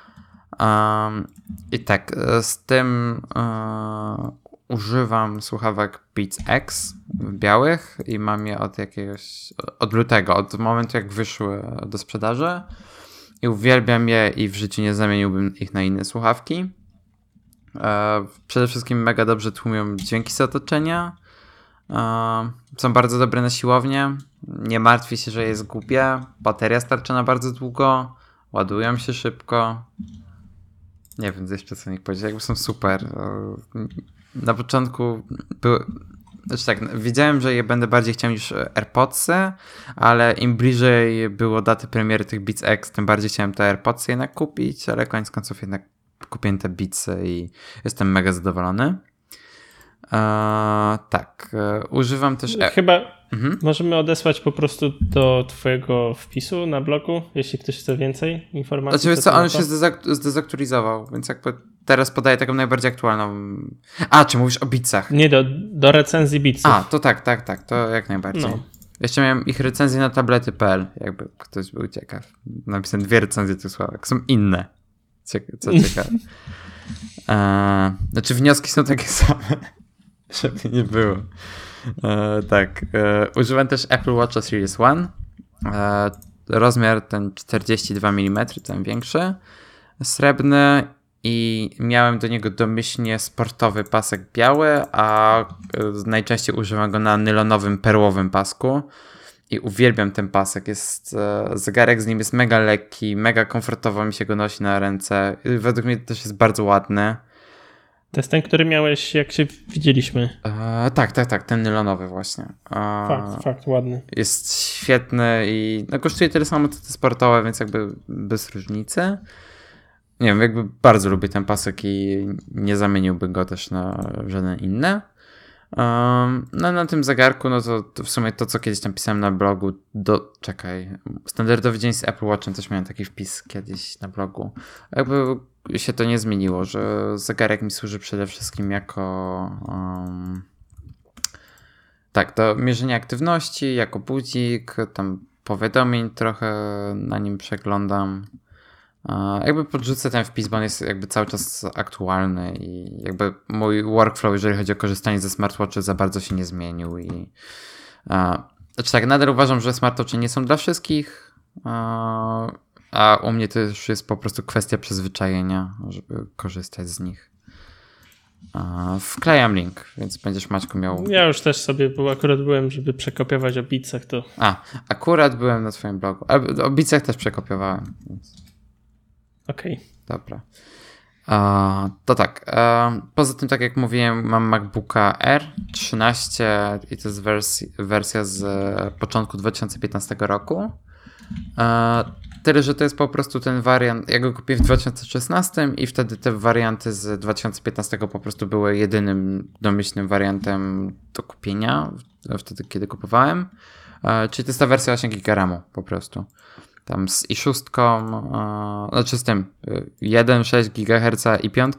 I tak, z tym używam słuchawek Beats X białych i mam je od lutego, od momentu jak wyszły do sprzedaży i uwielbiam je i w życiu nie zamieniłbym ich na inne słuchawki. Przede wszystkim mega dobrze tłumią dźwięki z otoczenia, są bardzo dobre na siłownię, nie martwię się, że je zgubię, bateria starcza na bardzo długo, ładują się szybko. Nie wiem jeszcze co o nich powiedzieć, jakby są super. Na początku znaczy tak, wiedziałem, że je będę bardziej chciał niż AirPodsy, ale im bliżej było daty premiery tych Beats X, tym bardziej chciałem te AirPodsy jednak kupić, ale koniec końców jednak kupiłem te Beatsy i jestem mega zadowolony. Tak, używam też... Chyba możemy odesłać po prostu do twojego wpisu na blogu, jeśli ktoś chce więcej informacji. Oczywiście on się zdezaktualizował, więc jakby teraz podaję taką najbardziej aktualną... czy mówisz o Beatsach? Nie, do recenzji Beatsów. To tak, to jak najbardziej. No. Jeszcze miałem ich recenzje na tablety.pl, jakby ktoś był ciekaw. Napisałem 2 recenzje tych sławek, są inne. Co ciekawe. Znaczy wnioski są takie same, żeby nie było. Tak, używam też Apple Watcha Series 1. Rozmiar ten 42 mm, ten większy, srebrny i miałem do niego domyślnie sportowy pasek biały, a najczęściej używam go na nylonowym, perłowym pasku i uwielbiam ten pasek. Zegarek z nim jest mega lekki, mega komfortowo mi się go nosi na ręce. Według mnie też jest bardzo ładny. To jest ten, który miałeś, jak się widzieliśmy. Tak, ten nylonowy właśnie. Fakt, ładny. Jest świetny i kosztuje tyle samo co te sportowe, więc jakby bez różnicy. Nie wiem, jakby bardzo lubię ten pasek i nie zamieniłbym go też na żaden inny. Na tym zegarku, to w sumie to, co kiedyś tam pisałem na blogu, standardowy dzień z Apple Watchem, też miałem taki wpis kiedyś na blogu. Jakby się to nie zmieniło, że zegarek mi służy przede wszystkim jako do mierzenia aktywności, jako budzik, tam powiadomień trochę na nim przeglądam. Jakby podrzucę ten wpis, bo on jest jakby cały czas aktualny i jakby mój workflow, jeżeli chodzi o korzystanie ze smartwatchy, za bardzo się nie zmienił nadal uważam, że smartwatchy nie są dla wszystkich, a u mnie to już jest po prostu kwestia przyzwyczajenia, żeby korzystać z nich. Wklejam link, więc będziesz, Maćku, miał... Ja już też sobie, bo akurat byłem, żeby przekopiować o Beatsach, to... Akurat byłem na twoim blogu. O Beatsach też przekopiowałem. Więc... Okej. Dobra. To tak. Poza tym, tak jak mówiłem, mam MacBooka R 13 i to jest wersja z początku 2015 roku. Tyle, że to jest po prostu ten wariant, ja go kupiłem w 2016 i wtedy te warianty z 2015 po prostu były jedynym domyślnym wariantem do kupienia, wtedy kiedy kupowałem. Czyli to jest ta wersja 8 GB RAMu po prostu. Tam z i6, z tym 1,6 GHz i 5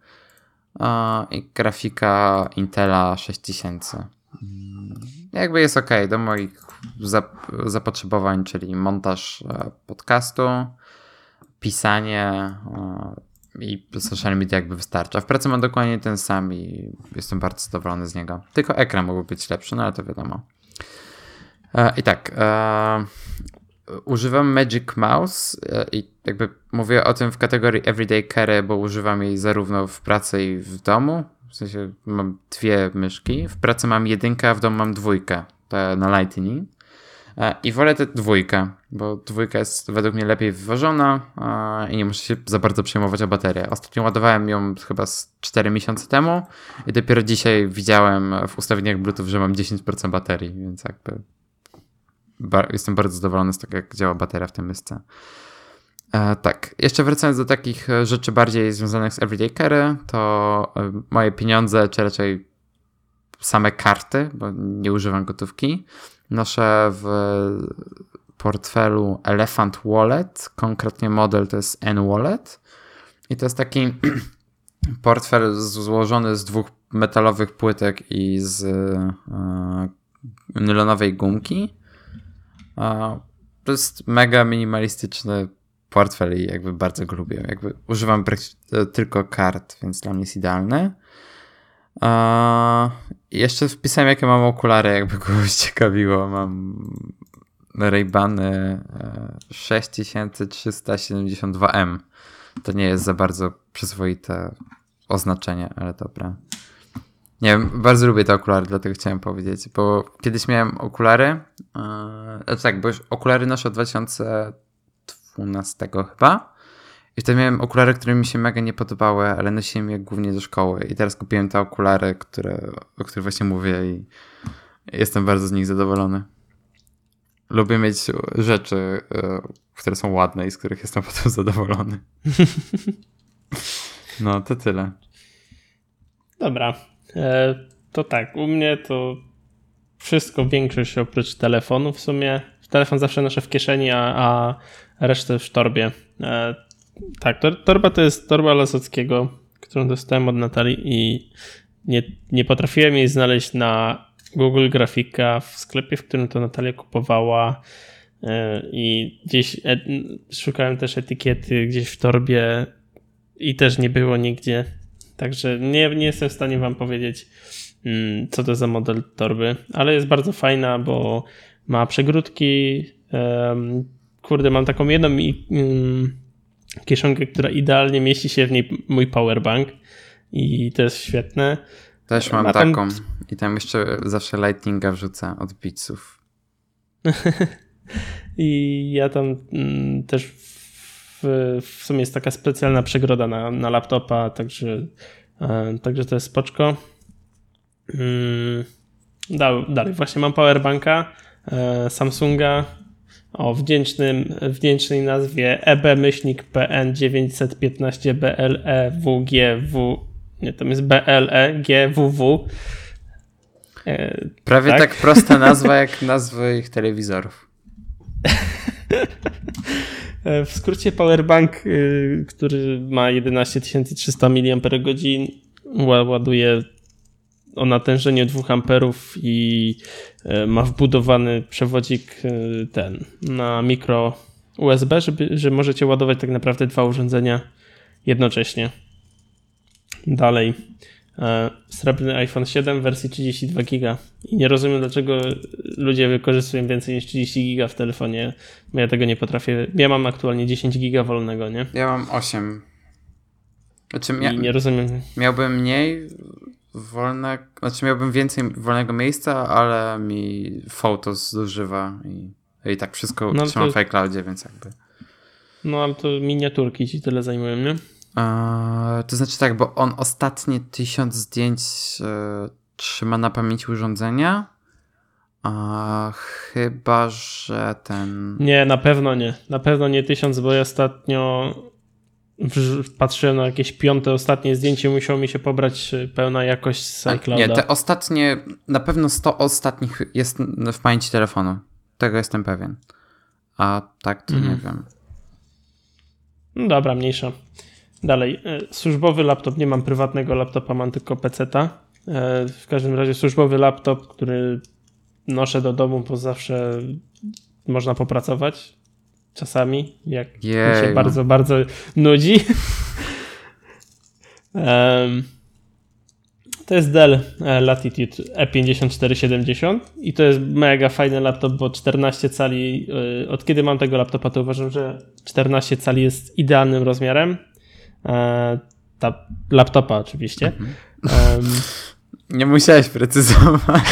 i grafika Intela 6000. Jakby jest ok do moich zapotrzebowań, czyli montaż podcastu, pisanie i social media jakby wystarcza. W pracy mam dokładnie ten sam i jestem bardzo zadowolony z niego. Tylko ekran mógłby być lepszy, no ale to wiadomo. I tak, używam Magic Mouse i jakby mówię o tym w kategorii Everyday Carry, bo używam jej zarówno w pracy i w domu. W sensie mam 2 myszki. W pracy mam 1, a w domu mam 2. To na Lightning. I wolę tę 2, bo 2 jest według mnie lepiej wyważona i nie muszę się za bardzo przejmować o baterię. Ostatnio ładowałem ją chyba z 4 miesiące temu i dopiero dzisiaj widziałem w ustawieniach Bluetooth, że mam 10% baterii, więc jakby jestem bardzo zadowolony z tego, jak działa bateria w tej myszce. Tak, jeszcze wracając do takich rzeczy bardziej związanych z Everyday Carry, to moje pieniądze, czy raczej same karty, bo nie używam gotówki, noszę w portfelu Elephant Wallet, konkretnie model to jest N-Wallet i to jest taki portfel złożony z 2 metalowych płytek i z nylonowej gumki. To jest mega minimalistyczny portfel i jakby bardzo go lubię. Jakby używam tylko kart, więc dla mnie jest idealny. Jeszcze wpisałem, jakie mam okulary, jakby kogoś ciekawiło. Mam Ray-Bany 6372M. To nie jest za bardzo przyzwoite oznaczenie, ale dobra. Nie wiem, bardzo lubię te okulary, dlatego chciałem powiedzieć, bo kiedyś miałem okulary, bo już okulary noszę od 2012 chyba i wtedy miałem okulary, które mi się mega nie podobały, ale nosiłem je głównie do szkoły i teraz kupiłem te okulary, o których właśnie mówię i jestem bardzo z nich zadowolony. Lubię mieć rzeczy, które są ładne i z których jestem potem zadowolony. No, to tyle. Dobra. To tak, u mnie to wszystko, większość oprócz telefonu w sumie. Telefon zawsze noszę w kieszeni, a resztę w torbie. Tak, torba to jest torba Lasockiego, którą dostałem od Natalii i nie potrafiłem jej znaleźć na Google Grafika w sklepie, w którym to Natalia kupowała i gdzieś szukałem też etykiety gdzieś w torbie i też nie było nigdzie. Także nie jestem w stanie wam powiedzieć, co to za model torby, ale jest bardzo fajna, bo ma przegródki. Kurde, mam taką jedną kieszonkę, która idealnie mieści się w niej mój powerbank i to jest świetne. Też mam taką i tam jeszcze zawsze lightninga wrzucę od Beatsów. I ja tam też w sumie jest taka specjalna przegroda na laptopa, także to jest spoczko. Dalej, właśnie mam powerbanka Samsunga o wdzięcznej nazwie EB-PN915BLEWGW. Nie, tam jest BLEGWW. Prawie tak prosta nazwa jak nazwy ich telewizorów. W skrócie powerbank, który ma 11 300 mAh, ładuje o natężeniu 2 A i ma wbudowany przewodzik na mikro USB, że możecie ładować tak naprawdę 2 urządzenia jednocześnie. Dalej. Srebrny iPhone 7 w wersji 32 GB. I nie rozumiem, dlaczego ludzie wykorzystują więcej niż 30 GB w telefonie, bo ja tego nie potrafię. Ja mam aktualnie 10 GB wolnego, nie? Ja mam 8. Znaczy I nie rozumiem. Miałbym mniej miałbym więcej wolnego miejsca, ale mi Photos zużywa i tak wszystko trzymam w iCloudzie, więc jakby. No ale to miniaturki ci tyle zajmują, nie? To znaczy tak, bo on ostatnie 1000 zdjęć trzyma na pamięci urządzenia, chyba że ten... Nie, na pewno nie. Na pewno nie 1000, bo ja ostatnio patrzyłem na jakieś 5. ostatnie zdjęcie, musiało mi się pobrać pełna jakość z iClouda. Nie, te ostatnie, na pewno 100 ostatnich jest w pamięci telefonu. Tego jestem pewien. A tak to nie wiem. No dobra, mniejsza. Dalej, służbowy laptop, nie mam prywatnego laptopa, mam tylko peceta. W każdym razie służbowy laptop, który noszę do domu, bo zawsze można popracować. Czasami, jak mi się bardzo, bardzo nudzi. To jest Dell Latitude E5470 i to jest mega fajny laptop, bo 14 cali, od kiedy mam tego laptopa, to uważam, że 14 cali jest idealnym rozmiarem. Laptopa oczywiście. Nie musiałeś precyzować.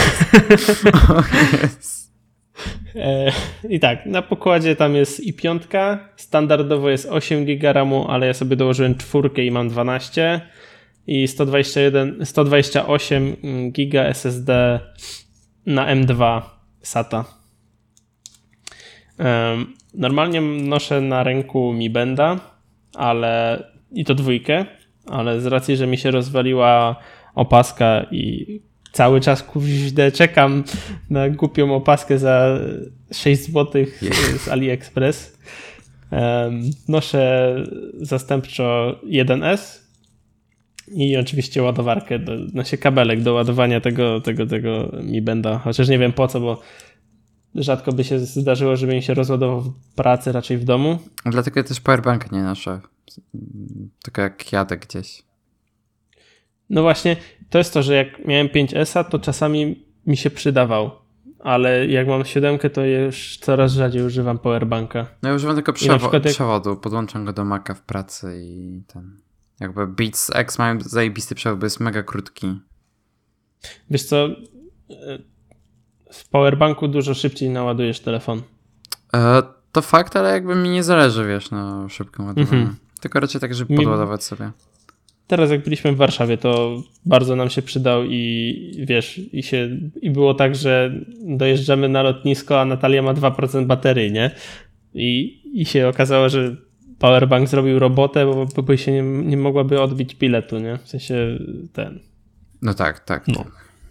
I tak, na pokładzie tam jest i5, standardowo jest 8 GB RAMu, ale ja sobie dołożyłem 4 i mam 12 i 128 GB SSD na M2 SATA. Normalnie noszę na ręku Mi Banda, i to 2, ale z racji, że mi się rozwaliła opaska i cały czas czekam na głupią opaskę za 6 zł z AliExpress. Noszę zastępczo 1S i oczywiście ładowarkę, kabelek do ładowania tego Mi Banda, chociaż nie wiem po co, bo rzadko by się zdarzyło, żeby mi się rozładował w pracy, raczej w domu. Dlatego ja też powerbanka nie noszę, tylko jak jadę gdzieś. No właśnie, to jest to, że jak miałem 5S-a, to czasami mi się przydawał, ale jak mam 7, to już coraz rzadziej używam powerbanka. No ja używam tylko przewodu, podłączam go do Maca w pracy i jakby Beats X mają zajebisty przewód, bo jest mega krótki. Wiesz co, w powerbanku dużo szybciej naładujesz telefon. To fakt, ale jakby mi nie zależy, wiesz, na szybkim ładowaniu. Tylko raczej tak, żeby podładować sobie. Teraz jak byliśmy w Warszawie, to bardzo nam się przydał i wiesz, i było tak, że dojeżdżamy na lotnisko, a Natalia ma 2% baterii, nie? I się okazało, że powerbank zrobił robotę, bo by się nie mogłaby odbić biletu, nie? W sensie ten. No tak. No.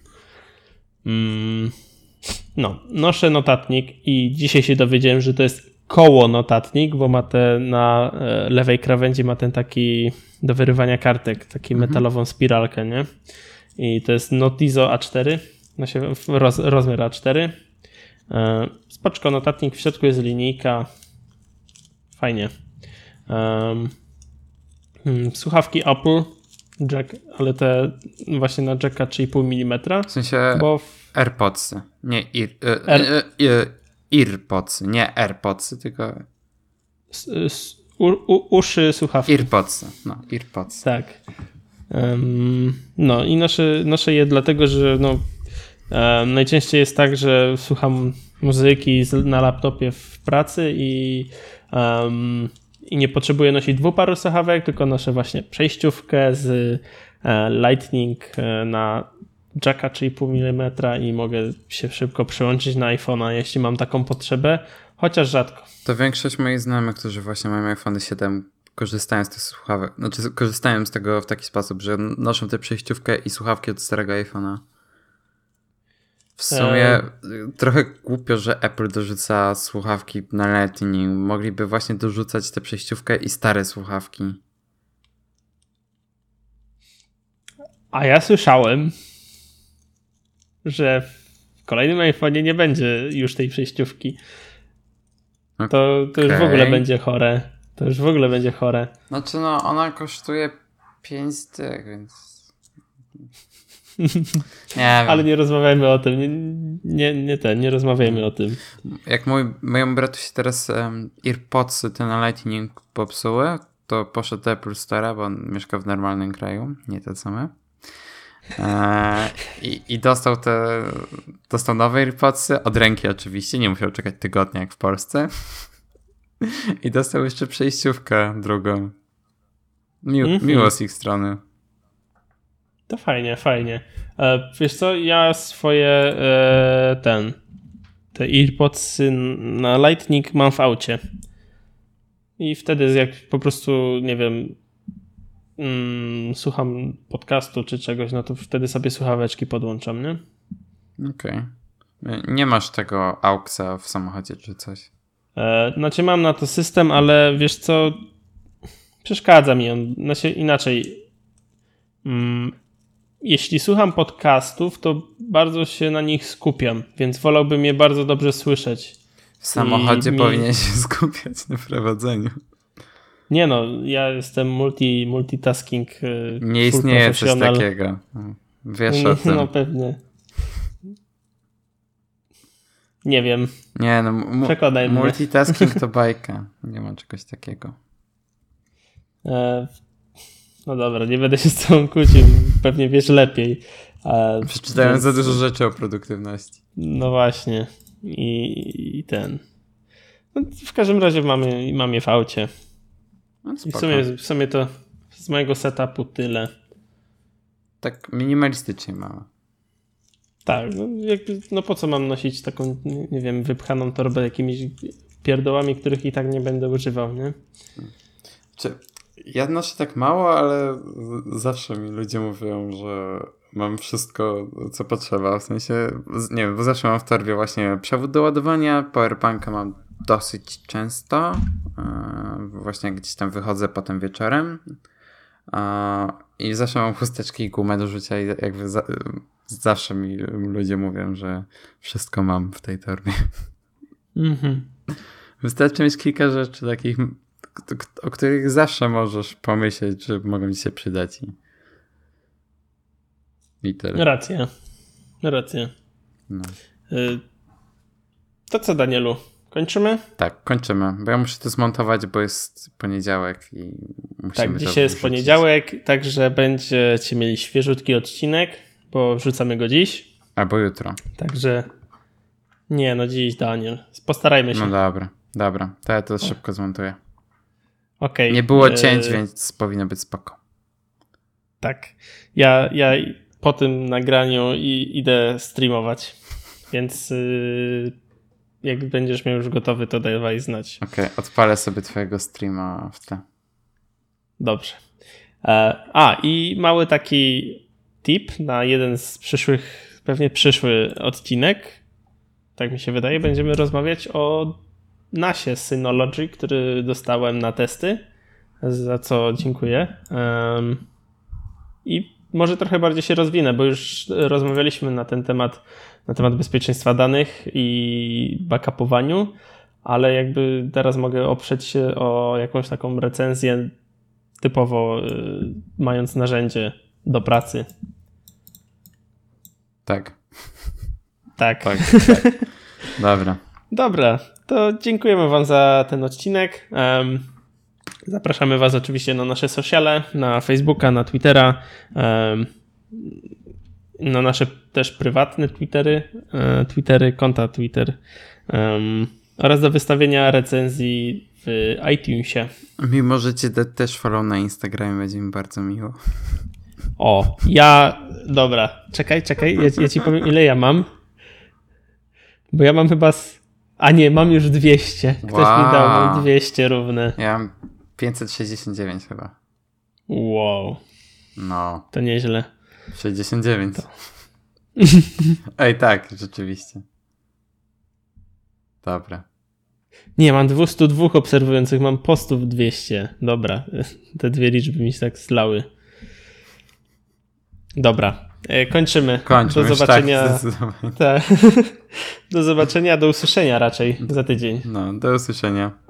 No, noszę notatnik i dzisiaj się dowiedziałem, że to jest koło notatnik, bo ma na lewej krawędzi ma ten taki do wyrywania kartek, taki metalową spiralkę, nie? I to jest Notizo A4, rozmiar A4. Spoczko notatnik, w środku jest linijka. Fajnie. Słuchawki Apple, jack, ale te właśnie na jacka 3,5 mm. W sensie AirPodsy, nie EarPodsy, nie AirPodsy, tylko uszy słuchawki. EarPodsy. Tak. No i noszę je dlatego, że najczęściej jest tak, że słucham muzyki na laptopie w pracy i nie potrzebuję nosić 2 par słuchawek, tylko noszę właśnie przejściówkę z Lightning na jacka 3,5 mm i mogę się szybko przełączyć na iPhone'a, jeśli mam taką potrzebę, chociaż rzadko. To większość moich znajomych, którzy właśnie mają iPhone 7, korzystają z tych słuchawek. Znaczy korzystają z tego w taki sposób, że noszą tę przejściówkę i słuchawki od starego iPhone'a. W sumie trochę głupio, że Apple dorzuca słuchawki na Lightning. Mogliby właśnie dorzucać tę przejściówkę i stare słuchawki. A ja słyszałem, że w kolejnym iPhone'ie nie będzie już tej przejściówki. To już w ogóle będzie chore. Znaczy ona kosztuje 5 dych, więc... Nie wiem. Ale nie rozmawiajmy o tym. Nie rozmawiajmy o tym. Jak mojemu bratu się teraz AirPodsy te na Lightning popsuły, to poszedł do Apple Store'a, bo on mieszka w normalnym kraju, nie te same. I dostał nowe AirPodsy, od ręki oczywiście, nie musiał czekać tygodnia jak w Polsce. I dostał jeszcze przejściówkę drugą. Miło z ich strony. To fajnie. Wiesz co, ja swoje te AirPodsy na Lightning mam w aucie. I wtedy jak po prostu, nie wiem, słucham podcastu czy czegoś, no to wtedy sobie słuchaweczki podłączam, nie? Okej. Nie masz tego AUXa w samochodzie czy coś? Znaczy mam na to system, ale wiesz co, przeszkadza mi on. Znaczy inaczej, jeśli słucham podcastów, to bardzo się na nich skupiam, więc wolałbym je bardzo dobrze słyszeć. W samochodzie powinien się skupiać na prowadzeniu. Nie no, ja jestem multitasking. Nie istnieje coś takiego. Wiesz o tym. No pewnie. Nie wiem. Nie no, przekonaj mnie. Multitasking to bajka. Nie ma czegoś takiego. No dobra, nie będę się z tobą kłócił. Pewnie wiesz lepiej. Przeczytałem za dużo rzeczy o produktywności. No właśnie. I ten. No, w każdym razie mam je w aucie. No, i w sumie to z mojego setupu tyle. Tak minimalistycznie mała. Tak, no po co mam nosić taką, nie wiem, wypchaną torbę jakimiś pierdołami, których i tak nie będę używał, nie? Ja noszę tak mało, ale zawsze mi ludzie mówią, że mam wszystko, co potrzeba. W sensie, nie wiem, bo zawsze mam w torbie właśnie przewód do ładowania, powerbanka mam dosyć często. Właśnie gdzieś tam wychodzę potem wieczorem. I zawsze mam chusteczki i gumę do rzucia i jakby zawsze mi ludzie mówią, że wszystko mam w tej torbie. Wystarczy mieć kilka rzeczy takich, o których zawsze możesz pomyśleć, że mogą ci się przydać. I tyle. Racja. No. To co, Danielu? Kończymy? Tak, kończymy, bo ja muszę to zmontować, bo jest poniedziałek i musimy tak, to dzisiaj jest poniedziałek, także będziecie mieli świeżutki odcinek, bo wrzucamy go dziś. Albo jutro. Także nie, no dziś, Daniel. Postarajmy się. No dobra. To ja to szybko zmontuję. Okay. Nie było cięć, więc powinno być spoko. Tak. Ja po tym nagraniu idę streamować, więc jak będziesz miał już gotowy, to dawaj znać. Okej, odpalę sobie twojego streama w tle. Dobrze. I mały taki tip na jeden z pewnie przyszły odcinek. Tak mi się wydaje, będziemy rozmawiać o NASie Synology, który dostałem na testy, za co dziękuję. I może trochę bardziej się rozwinę, bo już rozmawialiśmy na ten temat, na temat bezpieczeństwa danych i backupowaniu, ale jakby teraz mogę oprzeć się o jakąś taką recenzję typowo mając narzędzie do pracy. Tak. Tak. Dobra, to dziękujemy wam za ten odcinek. Zapraszamy was oczywiście na nasze sociale, na Facebooka, na Twittera, na nasze też prywatne Twittery, konta Twitter oraz do wystawienia recenzji w iTunesie. Mi możecie dać też follow na Instagramie, będzie mi bardzo miło. Dobra, czekaj, ja ci powiem ile ja mam, bo ja mam chyba mam już 200, ktoś mi dał, mam 200 równe. Ja mam 569 chyba. Wow. No. To nieźle. 69. To. Ej, tak, rzeczywiście. Dobra. Nie, mam 202 obserwujących, mam postów 200. Dobra, te dwie liczby mi się tak zlały. Dobra, kończymy. Do zobaczenia. Tak, do zobaczenia, do usłyszenia raczej za tydzień. No, do usłyszenia.